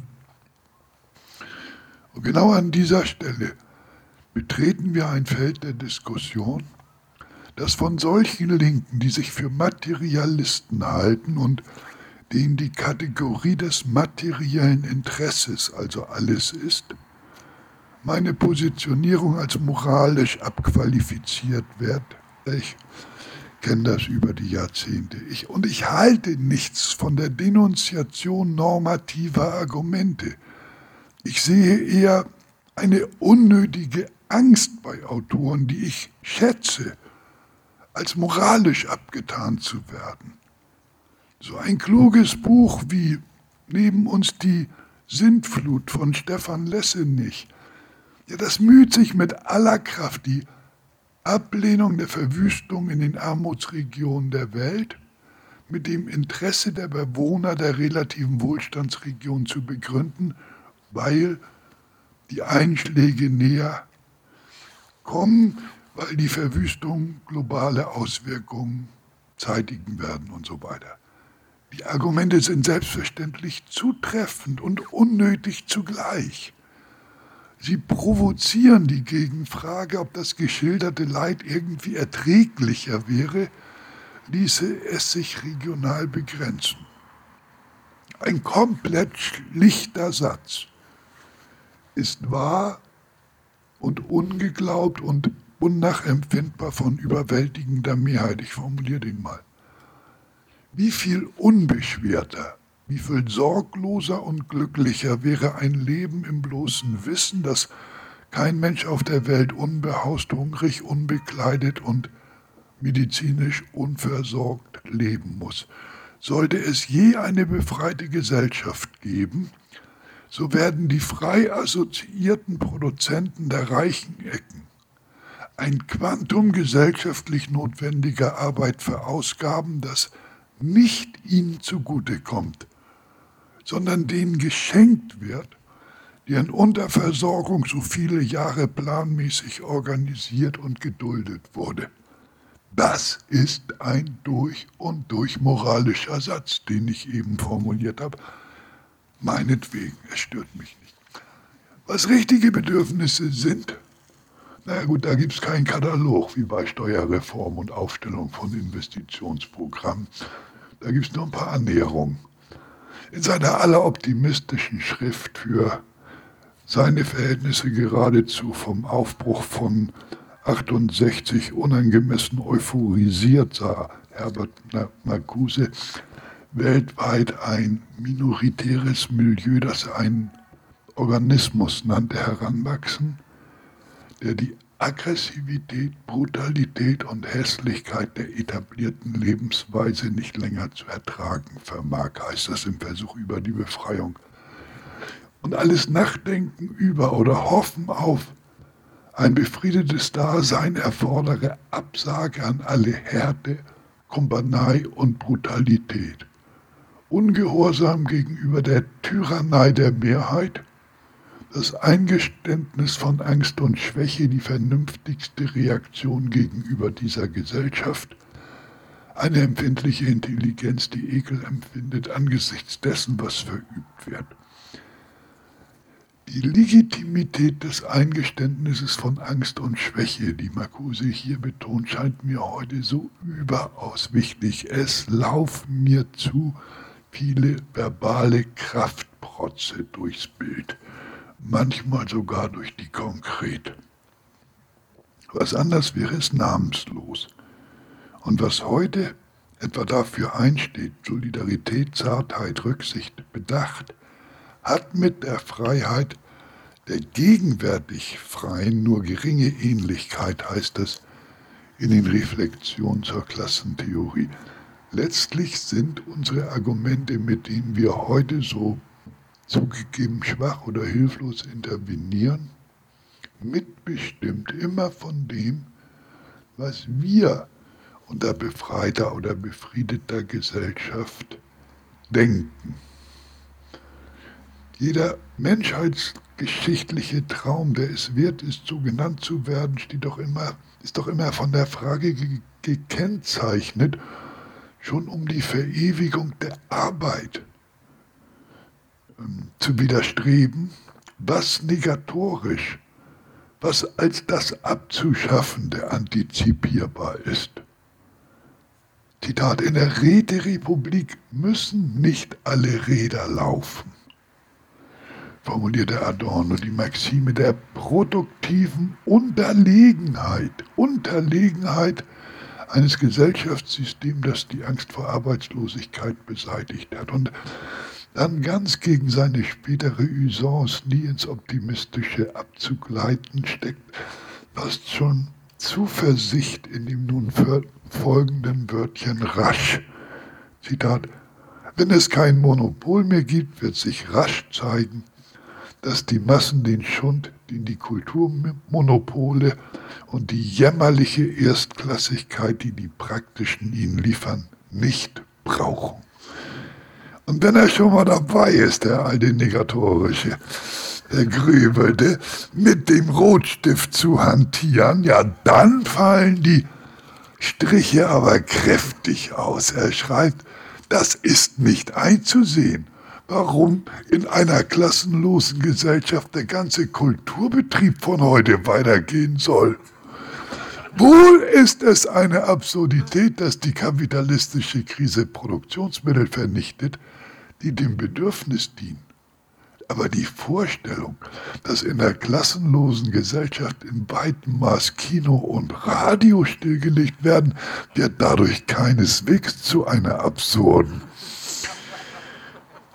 Und genau an dieser Stelle betreten wir ein Feld der Diskussion, das von solchen Linken, die sich für Materialisten halten und denen die Kategorie des materiellen Interesses also alles ist, meine Positionierung als moralisch abqualifiziert wird. Ich kenne das über die Jahrzehnte. Ich, und ich halte nichts von der Denunziation normativer Argumente. Ich sehe eher eine unnötige Angst bei Autoren, die ich schätze, als moralisch abgetan zu werden. So ein kluges Buch wie Neben uns die Sintflut von Stefan Lessenich, ja, das müht sich mit aller Kraft, die Ablehnung der Verwüstung in den Armutsregionen der Welt mit dem Interesse der Bewohner der relativen Wohlstandsregion zu begründen, weil die Einschläge näher kommen, weil die Verwüstung globale Auswirkungen zeitigen werden und so weiter. Die Argumente sind selbstverständlich zutreffend und unnötig zugleich. Sie provozieren die Gegenfrage, ob das geschilderte Leid irgendwie erträglicher wäre, ließe es sich regional begrenzen. Ein komplett schlichter Satz ist wahr und ungeglaubt und unnachempfindbar von überwältigender Mehrheit. Ich formuliere den mal. Wie viel unbeschwerter, Wie viel sorgloser und glücklicher wäre ein Leben im bloßen Wissen, dass kein Mensch auf der Welt unbehaust, hungrig, unbekleidet und medizinisch unversorgt leben muss. Sollte es je eine befreite Gesellschaft geben, so werden die frei assoziierten Produzenten der reichen Ecken ein Quantum gesellschaftlich notwendiger Arbeit verausgaben, das nicht ihnen zugutekommt, sondern denen geschenkt wird, deren Unterversorgung so viele Jahre planmäßig organisiert und geduldet wurde. Das ist ein durch und durch moralischer Satz, den ich eben formuliert habe. Meinetwegen, es stört mich nicht. Was richtige Bedürfnisse sind, na gut, da gibt es keinen Katalog wie bei Steuerreform und Aufstellung von Investitionsprogrammen. Da gibt es nur ein paar Annäherungen. In seiner alleroptimistischen Schrift für seine Verhältnisse geradezu vom Aufbruch von achtundsechzig unangemessen euphorisiert sah Herbert Marcuse weltweit ein minoritäres Milieu, das er einen Organismus nannte, heranwachsen, der die Aggressivität, Brutalität und Hässlichkeit der etablierten Lebensweise nicht länger zu ertragen vermag, heißt das im Versuch über die Befreiung. Und alles Nachdenken über oder Hoffen auf ein befriedetes Dasein erfordere Absage an alle Härte, Kumpanei und Brutalität. Ungehorsam gegenüber der Tyrannei der Mehrheit, das Eingeständnis von Angst und Schwäche die vernünftigste Reaktion gegenüber dieser Gesellschaft, eine empfindliche Intelligenz, die Ekel empfindet angesichts dessen, was verübt wird. Die Legitimität des Eingeständnisses von Angst und Schwäche, die Marcuse hier betont, scheint mir heute so überaus wichtig. Es laufen mir zu viele verbale Kraftprotze durchs Bild, manchmal sogar durch die Konkret. Was anders wäre, ist namenslos. Und was heute etwa dafür einsteht, Solidarität, Zartheit, Rücksicht, Bedacht, hat mit der Freiheit der gegenwärtig Freien nur geringe Ähnlichkeit, heißt es in den Reflexionen zur Klassentheorie. Letztlich sind unsere Argumente, mit denen wir heute so zugegeben schwach oder hilflos intervenieren, mitbestimmt immer von dem, was wir unter befreiter oder befriedeter Gesellschaft denken. Jeder menschheitsgeschichtliche Traum, der es wert ist, so genannt zu werden, steht doch immer, ist doch immer von der Frage ge- gekennzeichnet, schon um die Verewigung der Arbeit ähm, zu widerstreben, was negatorisch, was als das Abzuschaffende antizipierbar ist. Zitat, in der Räterepublik müssen nicht alle Räder laufen, formulierte Adorno, die Maxime der produktiven Unterlegenheit, Unterlegenheit eines Gesellschaftssystems, das die Angst vor Arbeitslosigkeit beseitigt hat und dann ganz gegen seine spätere Usance nie ins Optimistische abzugleiten steckt, fast schon Zuversicht in dem nun folgenden Wörtchen rasch. Zitat, wenn es kein Monopol mehr gibt, wird sich rasch zeigen, dass die Massen den Schund, den die Kulturmonopole und die jämmerliche Erstklassigkeit, die die praktischen ihnen liefern, nicht brauchen. Und wenn er schon mal dabei ist, der alte Negatorische, der Grübelte, mit dem Rotstift zu hantieren, ja, dann fallen die Striche aber kräftig aus. Er schreibt, das ist nicht einzusehen, warum in einer klassenlosen Gesellschaft der ganze Kulturbetrieb von heute weitergehen soll. Wohl ist es eine Absurdität, dass die kapitalistische Krise Produktionsmittel vernichtet, die dem Bedürfnis dienen. Aber die Vorstellung, dass in der klassenlosen Gesellschaft in weitem Maß Kino und Radio stillgelegt werden, wird dadurch keineswegs zu einer absurden.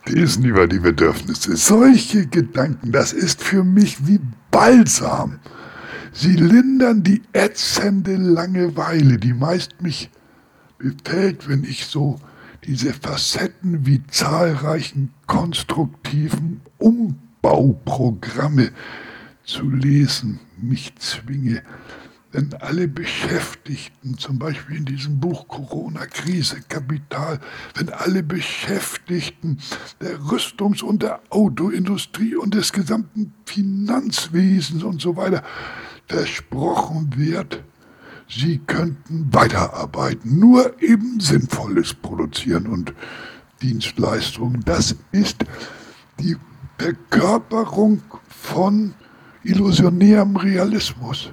Lesen über die Bedürfnisse. Solche Gedanken, das ist für mich wie Balsam. Sie lindern die ätzende Langeweile, die meist mich befällt, wenn ich so diese Facetten wie zahlreichen konstruktiven Umbauprogramme zu lesen mich zwinge. Wenn alle Beschäftigten, zum Beispiel in diesem Buch Corona-Krise, Kapital, wenn alle Beschäftigten der Rüstungs- und der Autoindustrie und des gesamten Finanzwesens und so weiter versprochen wird, sie könnten weiterarbeiten, nur eben Sinnvolles produzieren und Dienstleistungen. Das ist die Verkörperung von illusionärem Realismus.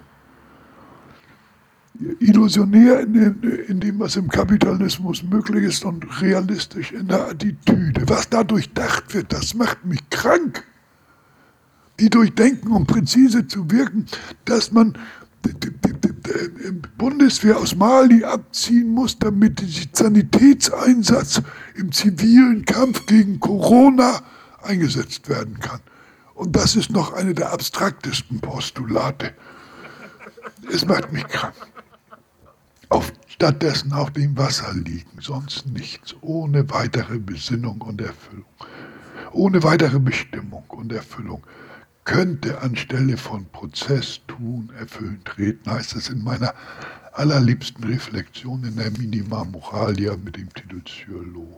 Illusionär in, in, in dem, was im Kapitalismus möglich ist und realistisch in der Attitüde. Was da durchdacht wird, das macht mich krank. Die durchdenken, um präzise zu wirken, dass man die Bundeswehr aus Mali abziehen muss, damit der Sanitätseinsatz im zivilen Kampf gegen Corona eingesetzt werden kann. Und das ist noch eine der abstraktesten Postulate. Es macht mich krank. Auf stattdessen auf dem Wasser liegen, sonst nichts, ohne weitere Besinnung und Erfüllung, ohne weitere Bestimmung und Erfüllung, könnte anstelle von Prozess, Tun, Erfüllen, Treten, heißt es in meiner allerliebsten Reflexion in der Minima Moralia mit dem Titel Sur l'eau.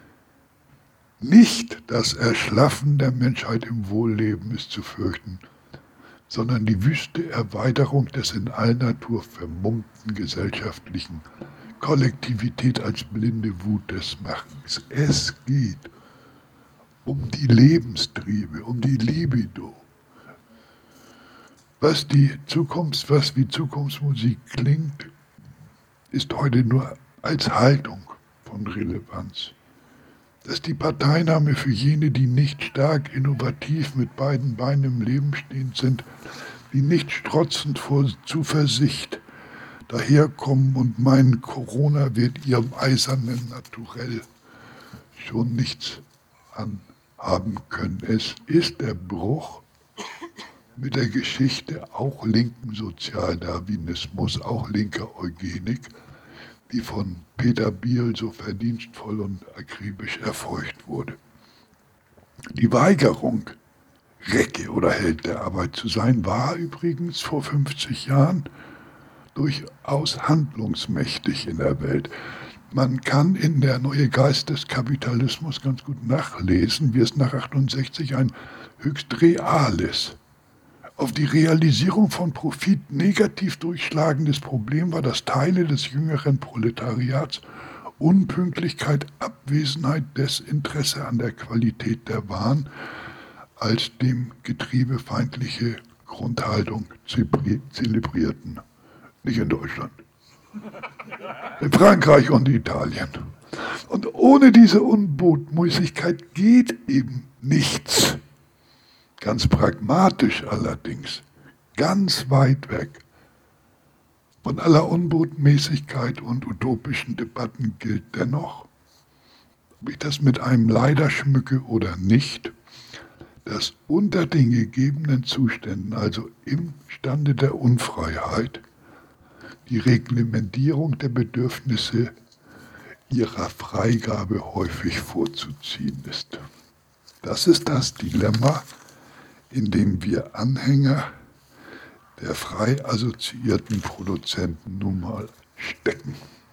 Nicht das Erschlaffen der Menschheit im Wohlleben ist zu fürchten, sondern die wüste Erweiterung des in aller Natur vermummten gesellschaftlichen Kollektivität als blinde Wut des Machens. Es geht um die Lebenstriebe, um die Libido. Was die Zukunft, was wie Zukunftsmusik klingt, ist heute nur als Haltung von Relevanz. Das ist die Parteinahme für jene, die nicht stark innovativ mit beiden Beinen im Leben stehend sind, die nicht strotzend vor Zuversicht daherkommen und meinen, Corona wird ihrem eisernen Naturell schon nichts anhaben können. Es ist der Bruch mit der Geschichte auch linken Sozialdarwinismus, auch linker Eugenik, die von Peter Biel so verdienstvoll und akribisch erforscht wurde. Die Weigerung, Recke oder Held der Arbeit zu sein, war übrigens vor fünfzig Jahren durchaus handlungsmächtig in der Welt. Man kann in der Neue Geist des Kapitalismus ganz gut nachlesen, wie es nach achtundsechzig ein höchst reales, auf die Realisierung von Profit negativ durchschlagendes Problem war, dass Teile des jüngeren Proletariats Unpünktlichkeit, Abwesenheit, Desinteresse an der Qualität der Waren als dem Getriebe feindliche Grundhaltung zelebrierten. Nicht in Deutschland. In Frankreich und Italien. Und ohne diese Unbotmäßigkeit geht eben nichts. Ganz pragmatisch allerdings, ganz weit weg von aller Unbotmäßigkeit und utopischen Debatten gilt dennoch, ob ich das mit einem Leider schmücke oder nicht, dass unter den gegebenen Zuständen, also im Stande der Unfreiheit, die Reglementierung der Bedürfnisse ihrer Freigabe häufig vorzuziehen ist. Das ist das Dilemma, in dem wir Anhänger der frei assoziierten Produzenten nun mal stecken.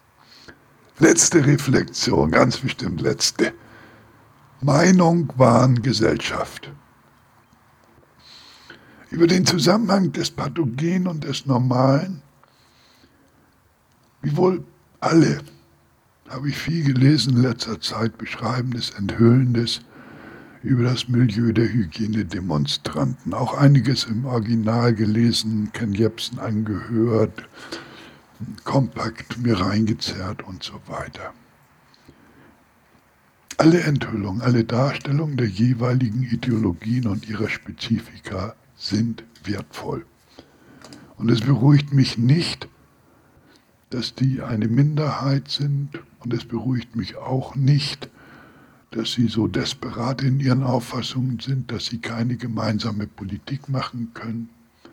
Letzte Reflexion, ganz bestimmt letzte. Meinung, Wahn, Gesellschaft. Über den Zusammenhang des Pathogenen und des Normalen, wiewohl alle, habe ich viel gelesen in letzter Zeit, beschreibendes, enthüllendes, über das Milieu der Hygienedemonstranten. Auch einiges im Original gelesen, Ken Jebsen angehört, kompakt mir reingezerrt und so weiter. Alle Enthüllungen, alle Darstellungen der jeweiligen Ideologien und ihrer Spezifika sind wertvoll. Und es beruhigt mich nicht, dass die eine Minderheit sind, und es beruhigt mich auch nicht, dass sie so desperat in ihren Auffassungen sind, dass sie keine gemeinsame Politik machen können.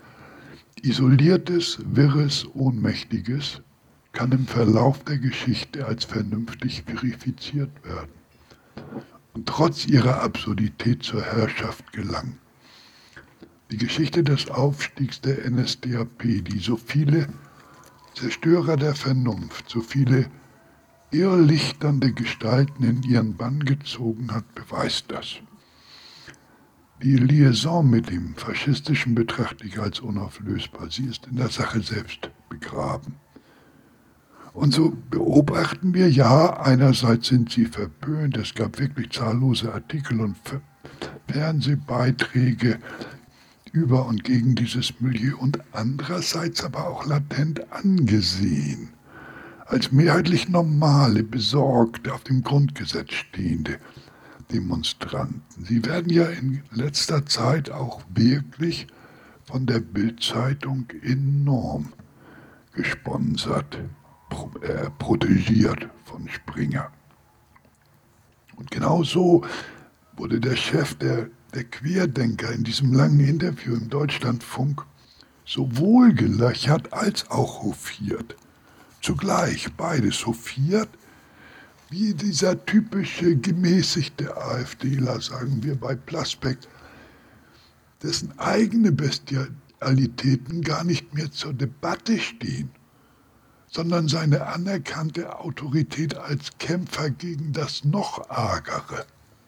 Isoliertes, wirres, ohnmächtiges kann im Verlauf der Geschichte als vernünftig verifiziert werden und trotz ihrer Absurdität zur Herrschaft gelangen. Die Geschichte des Aufstiegs der N S D A P, die so viele Zerstörer der Vernunft, so viele irrlichternde Gestalten in ihren Bann gezogen hat, beweist das. Die Liaison mit dem Faschistischen betrachte ich als unauflösbar. Sie ist in der Sache selbst begraben. Und so beobachten wir, ja, einerseits sind sie verpönt, es gab wirklich zahllose Artikel und Fernsehbeiträge über und gegen dieses Milieu und andererseits aber auch latent angesehen, als mehrheitlich normale, besorgte, auf dem Grundgesetz stehende Demonstranten. Sie werden ja in letzter Zeit auch wirklich von der Bild-Zeitung enorm gesponsert, pro, äh, protegiert von Springer. Und genau so wurde der Chef der, der Querdenker in diesem langen Interview im Deutschlandfunk sowohl gelöchert als auch hofiert. Zugleich beides hofiert, wie dieser typische gemäßigte AfDler, sagen wir bei Plasbeck, dessen eigene Bestialitäten gar nicht mehr zur Debatte stehen, sondern seine anerkannte Autorität als Kämpfer gegen das noch Argere.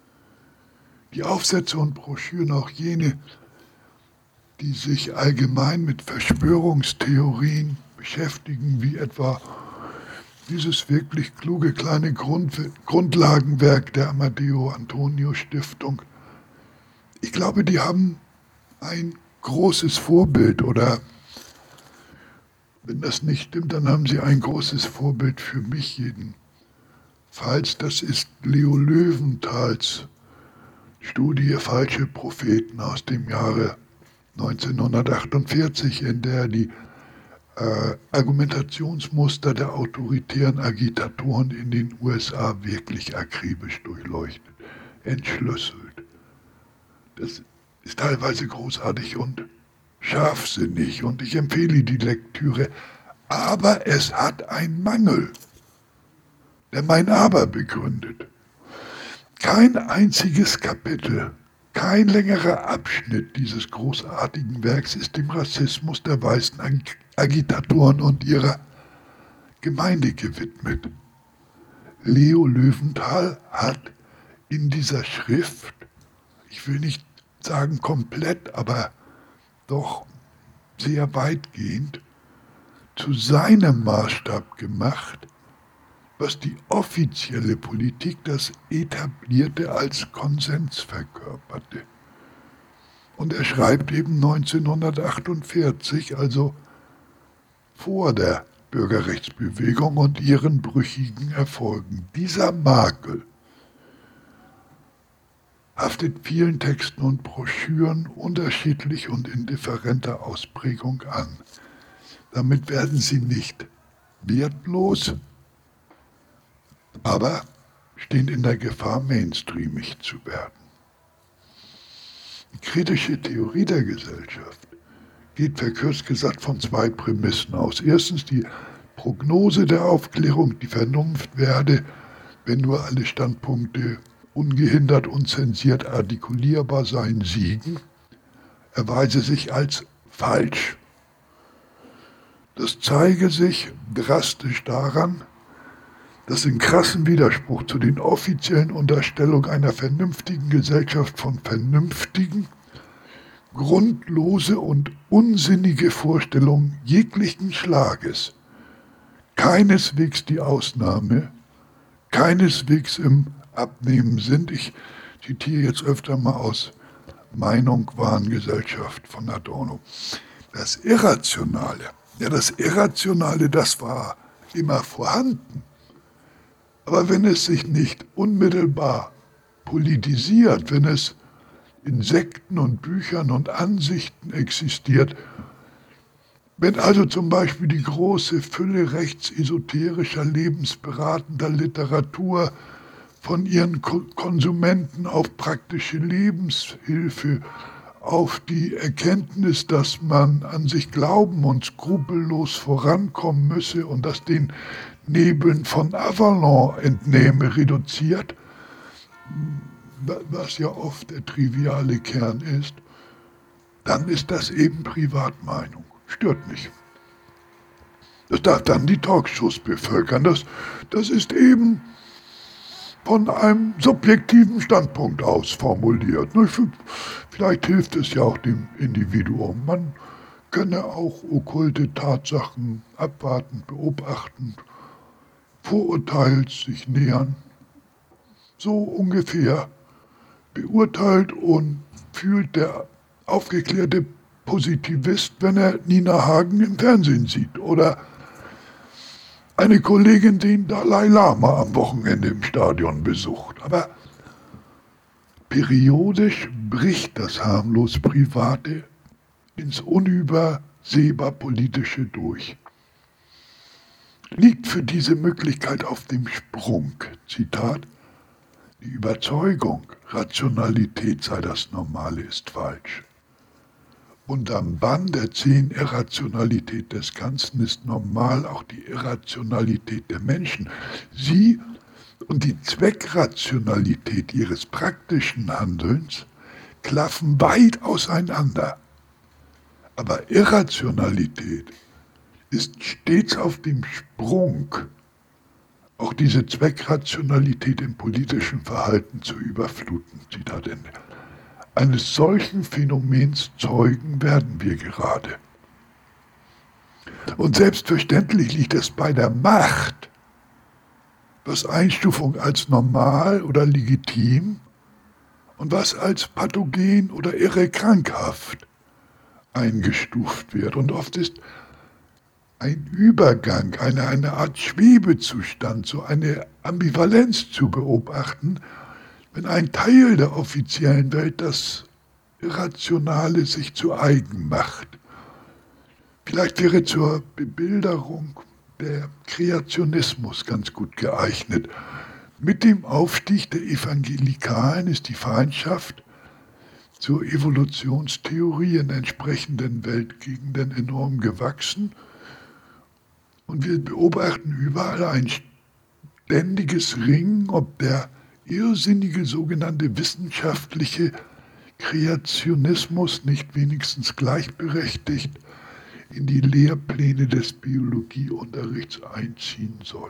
Die Aufsätze und Broschüren, auch jene, die sich allgemein mit Verschwörungstheorien beschäftigen, wie etwa dieses wirklich kluge kleine Grund, Grundlagenwerk der Amadeo Antonio Stiftung. Ich glaube, die haben ein großes Vorbild, oder wenn das nicht stimmt, dann haben sie ein großes Vorbild für mich jedenfalls. Das ist Leo Löwenthals Studie Falsche Propheten aus dem Jahre neunzehnhundertachtundvierzig, in der die Äh, Argumentationsmuster der autoritären Agitatoren in den U S A wirklich akribisch durchleuchtet, entschlüsselt. Das ist teilweise großartig und scharfsinnig und ich empfehle die Lektüre, aber es hat einen Mangel, der mein Aber begründet. Kein einziges Kapitel, kein längerer Abschnitt dieses großartigen Werks ist dem Rassismus der weißen Agitatoren und ihrer Gemeinde gewidmet. Leo Löwenthal hat in dieser Schrift, ich will nicht sagen komplett, aber doch sehr weitgehend, zu seinem Maßstab gemacht, was die offizielle Politik, das Etablierte, als Konsens verkörperte. Und er schreibt eben neunzehnhundertachtundvierzig, also vor der Bürgerrechtsbewegung und ihren brüchigen Erfolgen. Dieser Makel haftet vielen Texten und Broschüren unterschiedlich und in differenter Ausprägung an. Damit werden sie nicht wertlos, aber stehen in der Gefahr, mainstreamig zu werden. Die kritische Theorie der Gesellschaft geht verkürzt gesagt von zwei Prämissen aus. Erstens die Prognose der Aufklärung, die Vernunft werde, wenn nur alle Standpunkte ungehindert und zensiert artikulierbar seien, siegen, erweise sich als falsch. Das zeige sich drastisch daran, dass in krassem Widerspruch zu den offiziellen Unterstellungen einer vernünftigen Gesellschaft von Vernünftigen grundlose und unsinnige Vorstellungen jeglichen Schlages, keineswegs die Ausnahme, keineswegs im Abnehmen sind. Ich zitiere jetzt öfter mal aus Meinung, Wahn, Gesellschaft von Adorno. Das Irrationale, ja das Irrationale, das war immer vorhanden. Aber wenn es sich nicht unmittelbar politisiert, wenn es in Sekten und Büchern und Ansichten existiert, wenn also zum Beispiel die große Fülle rechtsesoterischer, lebensberatender Literatur von ihren Ko- Konsumenten auf praktische Lebenshilfe, auf die Erkenntnis, dass man an sich glauben und skrupellos vorankommen müsse und das den Nebeln von Avalon entnehme, reduziert, was ja oft der triviale Kern ist, dann ist das eben Privatmeinung. Stört mich. Das darf dann die Talkshows bevölkern. Das, das ist eben von einem subjektiven Standpunkt aus formuliert. Vielleicht hilft es ja auch dem Individuum. Man könne auch okkulte Tatsachen abwartend, beobachtend, vorurteilt sich nähern. So ungefähr beurteilt und fühlt der aufgeklärte Positivist, wenn er Nina Hagen im Fernsehen sieht oder eine Kollegin den Dalai Lama am Wochenende im Stadion besucht. Aber periodisch bricht das harmlos Private ins unübersehbar Politische durch. Liegt für diese Möglichkeit auf dem Sprung, Zitat, die Überzeugung, Rationalität sei das Normale, ist falsch. Und am Bann der zehn Irrationalität des Ganzen ist normal auch die Irrationalität der Menschen. Sie und die Zweckrationalität ihres praktischen Handelns klaffen weit auseinander. Aber Irrationalität ist stets auf dem Sprung, auch diese Zweckrationalität im politischen Verhalten zu überfluten. Zitat Ende. Eines solchen Phänomens Zeugen werden wir gerade. Und selbstverständlich liegt es bei der Macht, was Einstufung als normal oder legitim und was als pathogen oder irre krankhaft eingestuft wird. Und oft ist ein Übergang, eine, eine Art Schwebezustand, so eine Ambivalenz zu beobachten, wenn ein Teil der offiziellen Welt das Irrationale sich zu eigen macht. Vielleicht wäre zur Bebilderung der Kreationismus ganz gut geeignet. Mit dem Aufstieg der Evangelikalen ist die Feindschaft zur Evolutionstheorie in entsprechenden Weltgegenden enorm gewachsen. Und wir beobachten überall ein ständiges Ringen, ob der irrsinnige sogenannte wissenschaftliche Kreationismus nicht wenigstens gleichberechtigt in die Lehrpläne des Biologieunterrichts einziehen soll.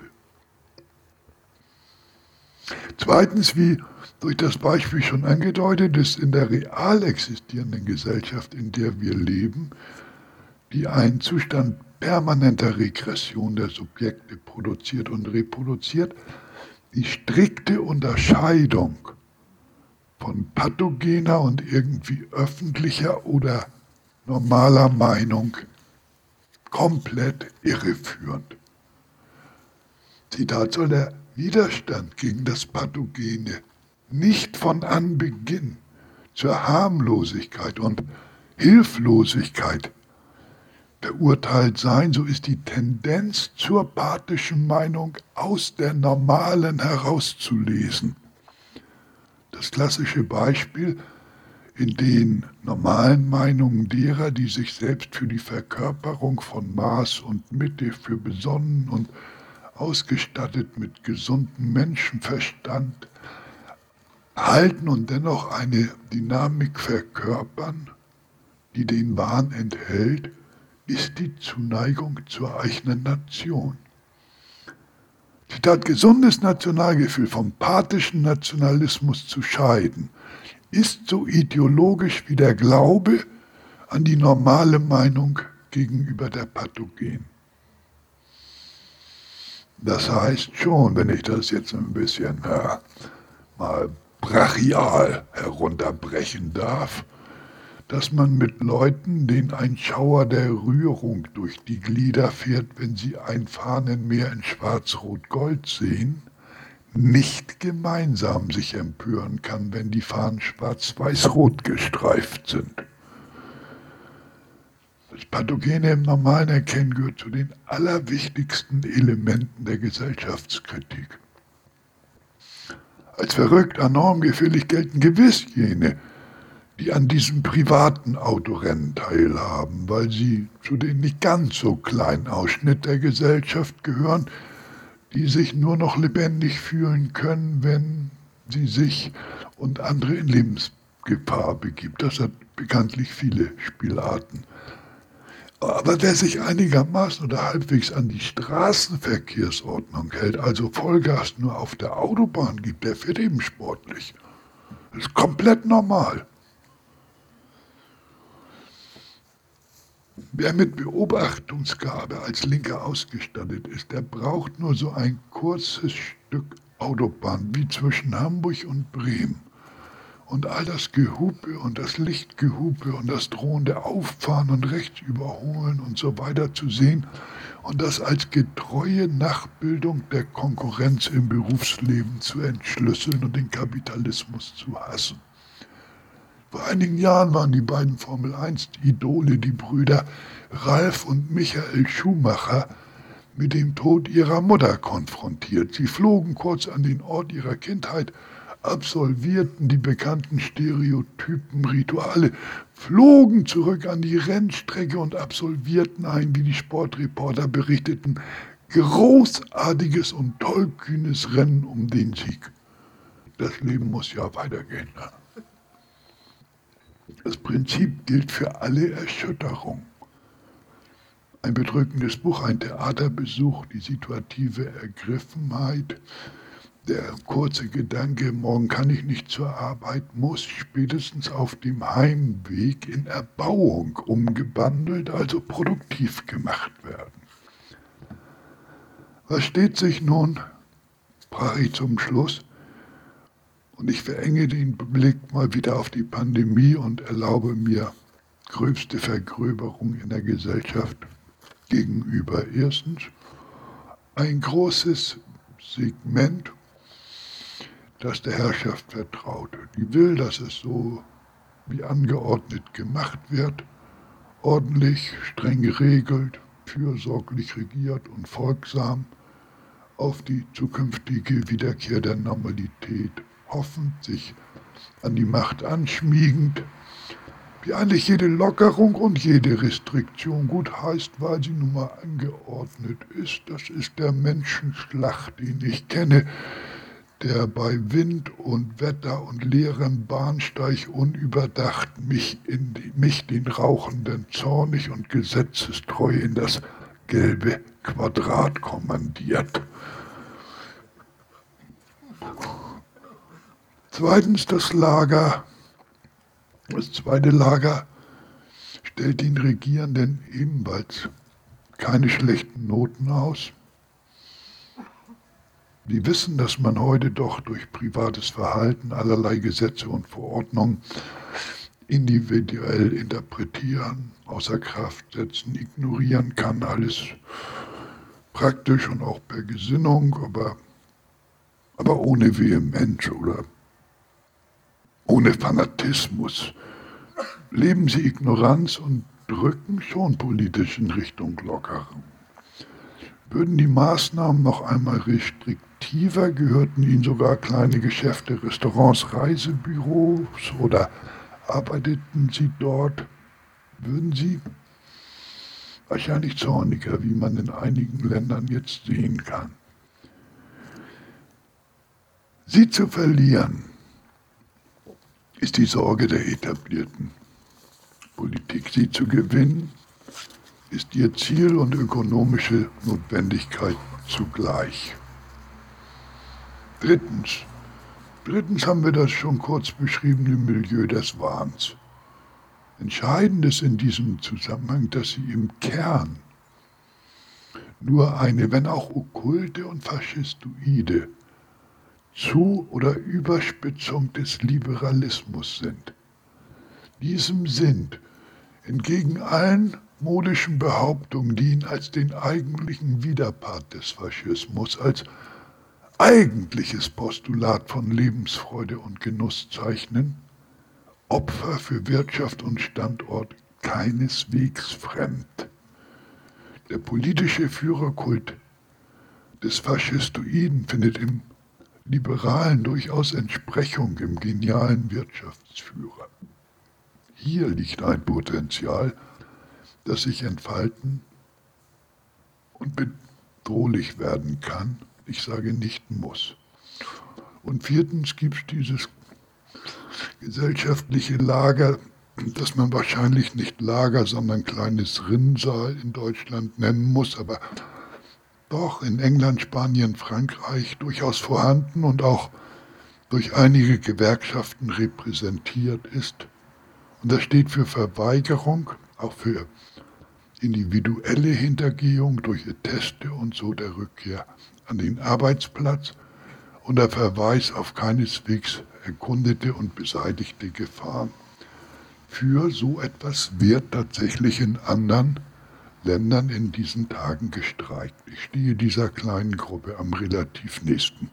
Zweitens, wie durch das Beispiel schon angedeutet, ist in der real existierenden Gesellschaft, in der wir leben, die einen Zustand permanenter Regression der Subjekte produziert und reproduziert, die strikte Unterscheidung von pathogener und irgendwie öffentlicher oder normaler Meinung komplett irreführend. Zitat: soll der Widerstand gegen das Pathogene nicht von Anbeginn zur Harmlosigkeit und Hilflosigkeit verurteilt sein, so ist die Tendenz zur pathischen Meinung aus der normalen herauszulesen. Das klassische Beispiel in den normalen Meinungen derer, die sich selbst für die Verkörperung von Maß und Mitte, für besonnen und ausgestattet mit gesundem Menschenverstand halten und dennoch eine Dynamik verkörpern, die den Wahn enthält, ist die Zuneigung zur eigenen Nation. Zitat: gesundes Nationalgefühl vom pathischen Nationalismus zu scheiden, ist so ideologisch wie der Glaube an die normale Meinung gegenüber der Pathogen. Das heißt schon, wenn ich das jetzt ein bisschen ja, mal brachial herunterbrechen darf, dass man mit Leuten, denen ein Schauer der Rührung durch die Glieder fährt, wenn sie ein Fahnenmeer in Schwarz-Rot-Gold sehen, nicht gemeinsam sich empören kann, wenn die Fahnen schwarz-weiß-rot gestreift sind. Das Pathogene im normalen Erkennen gehört zu den allerwichtigsten Elementen der Gesellschaftskritik. Als verrückt, enorm gefährlich gelten gewiss jene, die an diesem privaten Autorennen teilhaben, weil sie zu den nicht ganz so kleinen Ausschnitt der Gesellschaft gehören, die sich nur noch lebendig fühlen können, wenn sie sich und andere in Lebensgefahr begibt. Das hat bekanntlich viele Spielarten. Aber wer sich einigermaßen oder halbwegs an die Straßenverkehrsordnung hält, also Vollgas nur auf der Autobahn gibt, der fährt eben sportlich. Das ist komplett normal. Wer mit Beobachtungsgabe als Linker ausgestattet ist, der braucht nur so ein kurzes Stück Autobahn wie zwischen Hamburg und Bremen. Und all das Gehupe und das Lichtgehupe und das drohende Auffahren und rechts überholen und so weiter zu sehen und das als getreue Nachbildung der Konkurrenz im Berufsleben zu entschlüsseln und den Kapitalismus zu hassen. Vor einigen Jahren waren die beiden Formel eins Idole, die Brüder Ralf und Michael Schumacher, mit dem Tod ihrer Mutter konfrontiert. Sie flogen kurz an den Ort ihrer Kindheit, absolvierten die bekannten Stereotypen, Rituale, flogen zurück an die Rennstrecke und absolvierten ein, wie die Sportreporter berichteten, großartiges und tollkühnes Rennen um den Sieg. Das Leben muss ja weitergehen. Ne? Das Prinzip gilt für alle Erschütterung. Ein bedrückendes Buch, ein Theaterbesuch, die situative Ergriffenheit, der kurze Gedanke, morgen kann ich nicht zur Arbeit, muss spätestens auf dem Heimweg in Erbauung umgewandelt, also produktiv gemacht werden. Was steht sich nun, sprach ich zum Schluss, und ich verenge den Blick mal wieder auf die Pandemie und erlaube mir gröbste Vergröberung in der Gesellschaft gegenüber. Erstens, ein großes Segment, das der Herrschaft vertraut. Die will, dass es so wie angeordnet gemacht wird, ordentlich, streng geregelt, fürsorglich regiert und folgsam auf die zukünftige Wiederkehr der Normalität hoffend, sich an die Macht anschmiegend, wie eigentlich jede Lockerung und jede Restriktion gut heißt, weil sie nun mal angeordnet ist. Das ist der Menschenschlag, den ich kenne, der bei Wind und Wetter und leerem Bahnsteig unüberdacht mich, in die, mich den Rauchenden zornig und gesetzestreu in das gelbe Quadrat kommandiert. Zweitens das Lager, das zweite Lager stellt den Regierenden ebenfalls keine schlechten Noten aus. Sie wissen, dass man heute doch durch privates Verhalten allerlei Gesetze und Verordnungen individuell interpretieren, außer Kraft setzen, ignorieren kann, alles praktisch und auch per Gesinnung, aber, aber ohne Vehemenz oder ohne Fanatismus. Leben Sie Ignoranz und drücken schon politisch in Richtung Lockerung. Würden die Maßnahmen noch einmal restriktiver, gehörten ihnen sogar kleine Geschäfte, Restaurants, Reisebüros oder arbeiteten sie dort, würden sie wahrscheinlich zorniger, wie man in einigen Ländern jetzt sehen kann. Sie zu verlieren, ist die Sorge der etablierten Politik. Sie zu gewinnen, ist ihr Ziel und ökonomische Notwendigkeit zugleich. Drittens, drittens haben wir das schon kurz beschriebene Milieu des Wahns. Entscheidend ist in diesem Zusammenhang, dass sie im Kern nur eine, wenn auch okkulte und faschistoide Zu- oder Überspitzung des Liberalismus sind. Diesem sind, entgegen allen modischen Behauptungen, die ihn als den eigentlichen Widerpart des Faschismus, als eigentliches Postulat von Lebensfreude und Genuss zeichnen, Opfer für Wirtschaft und Standort keineswegs fremd. Der politische Führerkult des Faschistoiden findet im liberalen durchaus Entsprechung im genialen Wirtschaftsführer. Hier liegt ein Potenzial, das sich entfalten und bedrohlich werden kann. Ich sage nicht muss. Und viertens gibt es dieses gesellschaftliche Lager, das man wahrscheinlich nicht Lager, sondern kleines Rinnsal in Deutschland nennen muss, aber doch in England, Spanien, Frankreich durchaus vorhanden und auch durch einige Gewerkschaften repräsentiert ist. Und das steht für Verweigerung, auch für individuelle Hintergehung durch Teste und so der Rückkehr an den Arbeitsplatz und der Verweis auf keineswegs erkundete und beseitigte Gefahren. Für so etwas wird tatsächlich in anderen Ländern in diesen Tagen gestreikt. Ich stehe dieser kleinen Gruppe am relativ nächsten.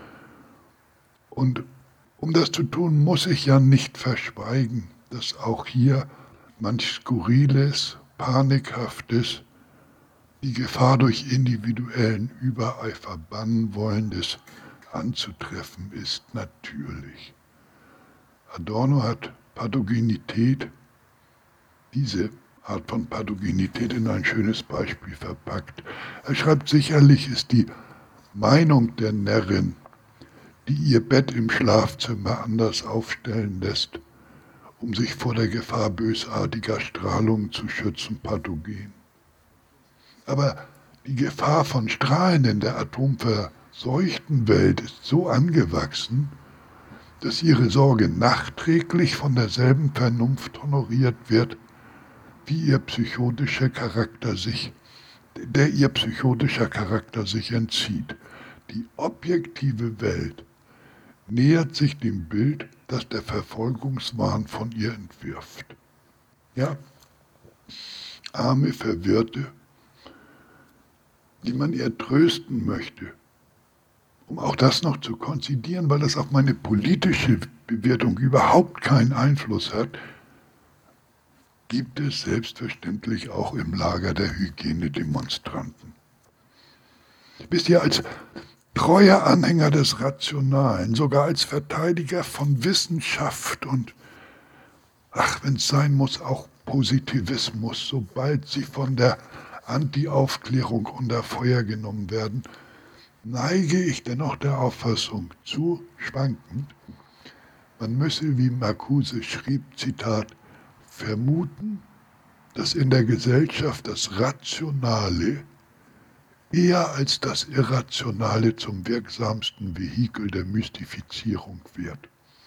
Und um das zu tun, muss ich ja nicht verschweigen, dass auch hier manch Skurriles, Panikhaftes, die Gefahr durch individuellen Übereifer bannen wollendes anzutreffen ist, natürlich. Adorno hat Pathogenität, diese Art von Pathogenität in ein schönes Beispiel verpackt. Er schreibt, sicherlich ist die Meinung der Närrin, die ihr Bett im Schlafzimmer anders aufstellen lässt, um sich vor der Gefahr bösartiger Strahlung zu schützen, pathogen. Aber die Gefahr von Strahlen in der atomverseuchten Welt ist so angewachsen, dass ihre Sorge nachträglich von derselben Vernunft honoriert wird, wie ihr psychotischer Charakter sich, der ihr psychotischer Charakter sich entzieht. Die objektive Welt nähert sich dem Bild, das der Verfolgungswahn von ihr entwirft. Ja, arme Verwirrte, die man eher trösten möchte, um auch das noch zu konzidieren, weil das auf meine politische Bewertung überhaupt keinen Einfluss hat, gibt es selbstverständlich auch im Lager der Hygienedemonstranten. Wisst ihr, als treuer Anhänger des Rationalen, sogar als Verteidiger von Wissenschaft und, ach, wenn es sein muss, auch Positivismus, sobald sie von der Anti-Aufklärung unter Feuer genommen werden, neige ich dennoch der Auffassung zu, schwankend, man müsse, wie Marcuse schrieb, Zitat, vermuten, dass in der Gesellschaft das Rationale eher als das Irrationale zum wirksamsten Vehikel der Mystifizierung wird.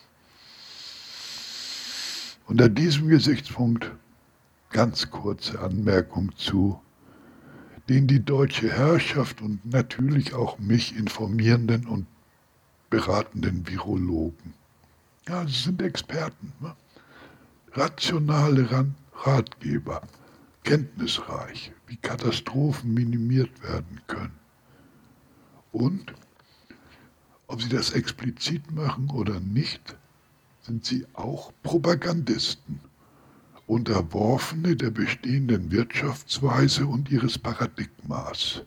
Unter diesem Gesichtspunkt ganz kurze Anmerkung zu den die deutsche Herrschaft und natürlich auch mich informierenden und beratenden Virologen. Ja, sie sind Experten, ne? Rationale Ratgeber, kenntnisreich, wie Katastrophen minimiert werden können. Und, ob sie das explizit machen oder nicht, sind sie auch Propagandisten, Unterworfene der bestehenden Wirtschaftsweise und ihres Paradigmas.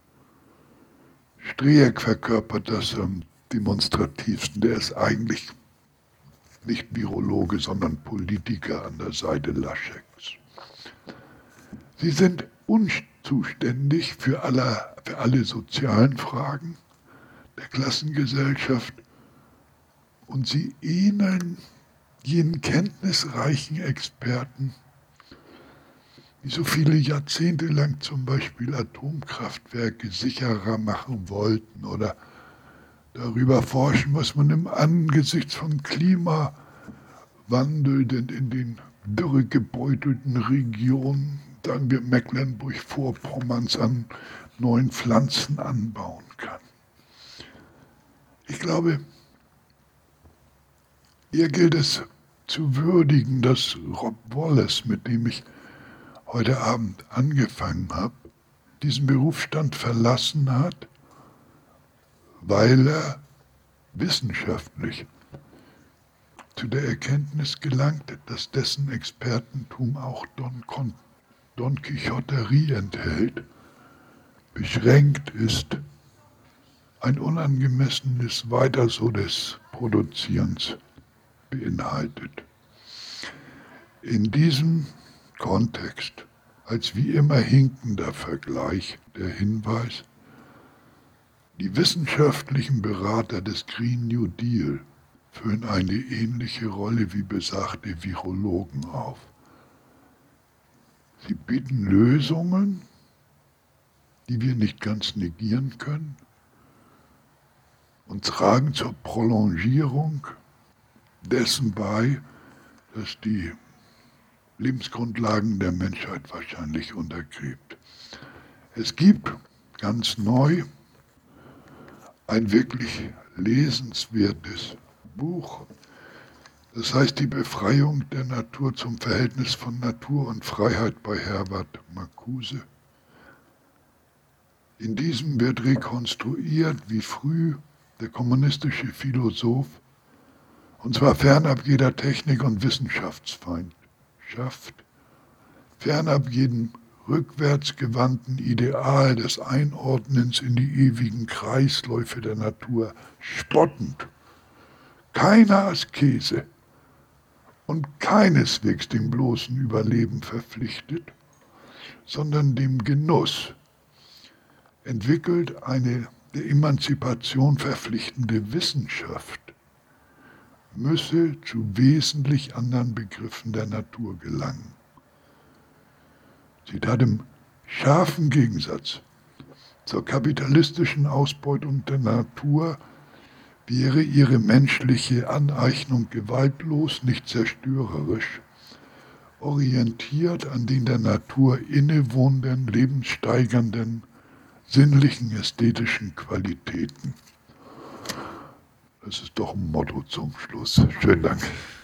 Streeck verkörpert das am demonstrativsten, der ist eigentlich nicht Virologe, sondern Politiker an der Seite Lascheks. Sie sind unzuständig für alle, für alle sozialen Fragen der Klassengesellschaft und sie ähneln jenen kenntnisreichen Experten, die so viele Jahrzehnte lang zum Beispiel Atomkraftwerke sicherer machen wollten oder darüber forschen, was man im Angesicht von Klimawandel denn in den dürregebeutelten Regionen, sagen wir Mecklenburg-Vorpommerns, an neuen Pflanzen anbauen kann. Ich glaube, hier gilt es zu würdigen, dass Rob Wallace, mit dem ich heute Abend angefangen habe, diesen Berufsstand verlassen hat, weil er wissenschaftlich zu der Erkenntnis gelangte, dass dessen Expertentum auch Don, Con- Don Quixoterie enthält, beschränkt ist ein unangemessenes Weiter so des Produzierens beinhaltet. In diesem Kontext, als wie immer hinkender Vergleich, der Hinweis, die wissenschaftlichen Berater des Green New Deal führen eine ähnliche Rolle wie besagte Virologen auf. Sie bieten Lösungen, die wir nicht ganz negieren können, und tragen zur Prolongierung dessen bei, dass die Lebensgrundlagen der Menschheit wahrscheinlich untergräbt. Es gibt ganz neu ein wirklich lesenswertes Buch, das heißt Die Befreiung der Natur zum Verhältnis von Natur und Freiheit bei Herbert Marcuse. In diesem wird rekonstruiert, wie früh der kommunistische Philosoph, und zwar fernab jeder Technik- und Wissenschaftsfeindschaft, fernab jedem rückwärtsgewandten Ideal des Einordnens in die ewigen Kreisläufe der Natur, spottend, keiner Askese und keineswegs dem bloßen Überleben verpflichtet, sondern dem Genuss, entwickelt eine der Emanzipation verpflichtende Wissenschaft, müsse zu wesentlich anderen Begriffen der Natur gelangen. Zitat: im scharfen Gegensatz zur kapitalistischen Ausbeutung der Natur wäre ihre menschliche Aneignung gewaltlos, nicht zerstörerisch, orientiert an den der Natur innewohnenden, lebenssteigernden, sinnlichen, ästhetischen Qualitäten. Das ist doch ein Motto zum Schluss. Schönen Dank.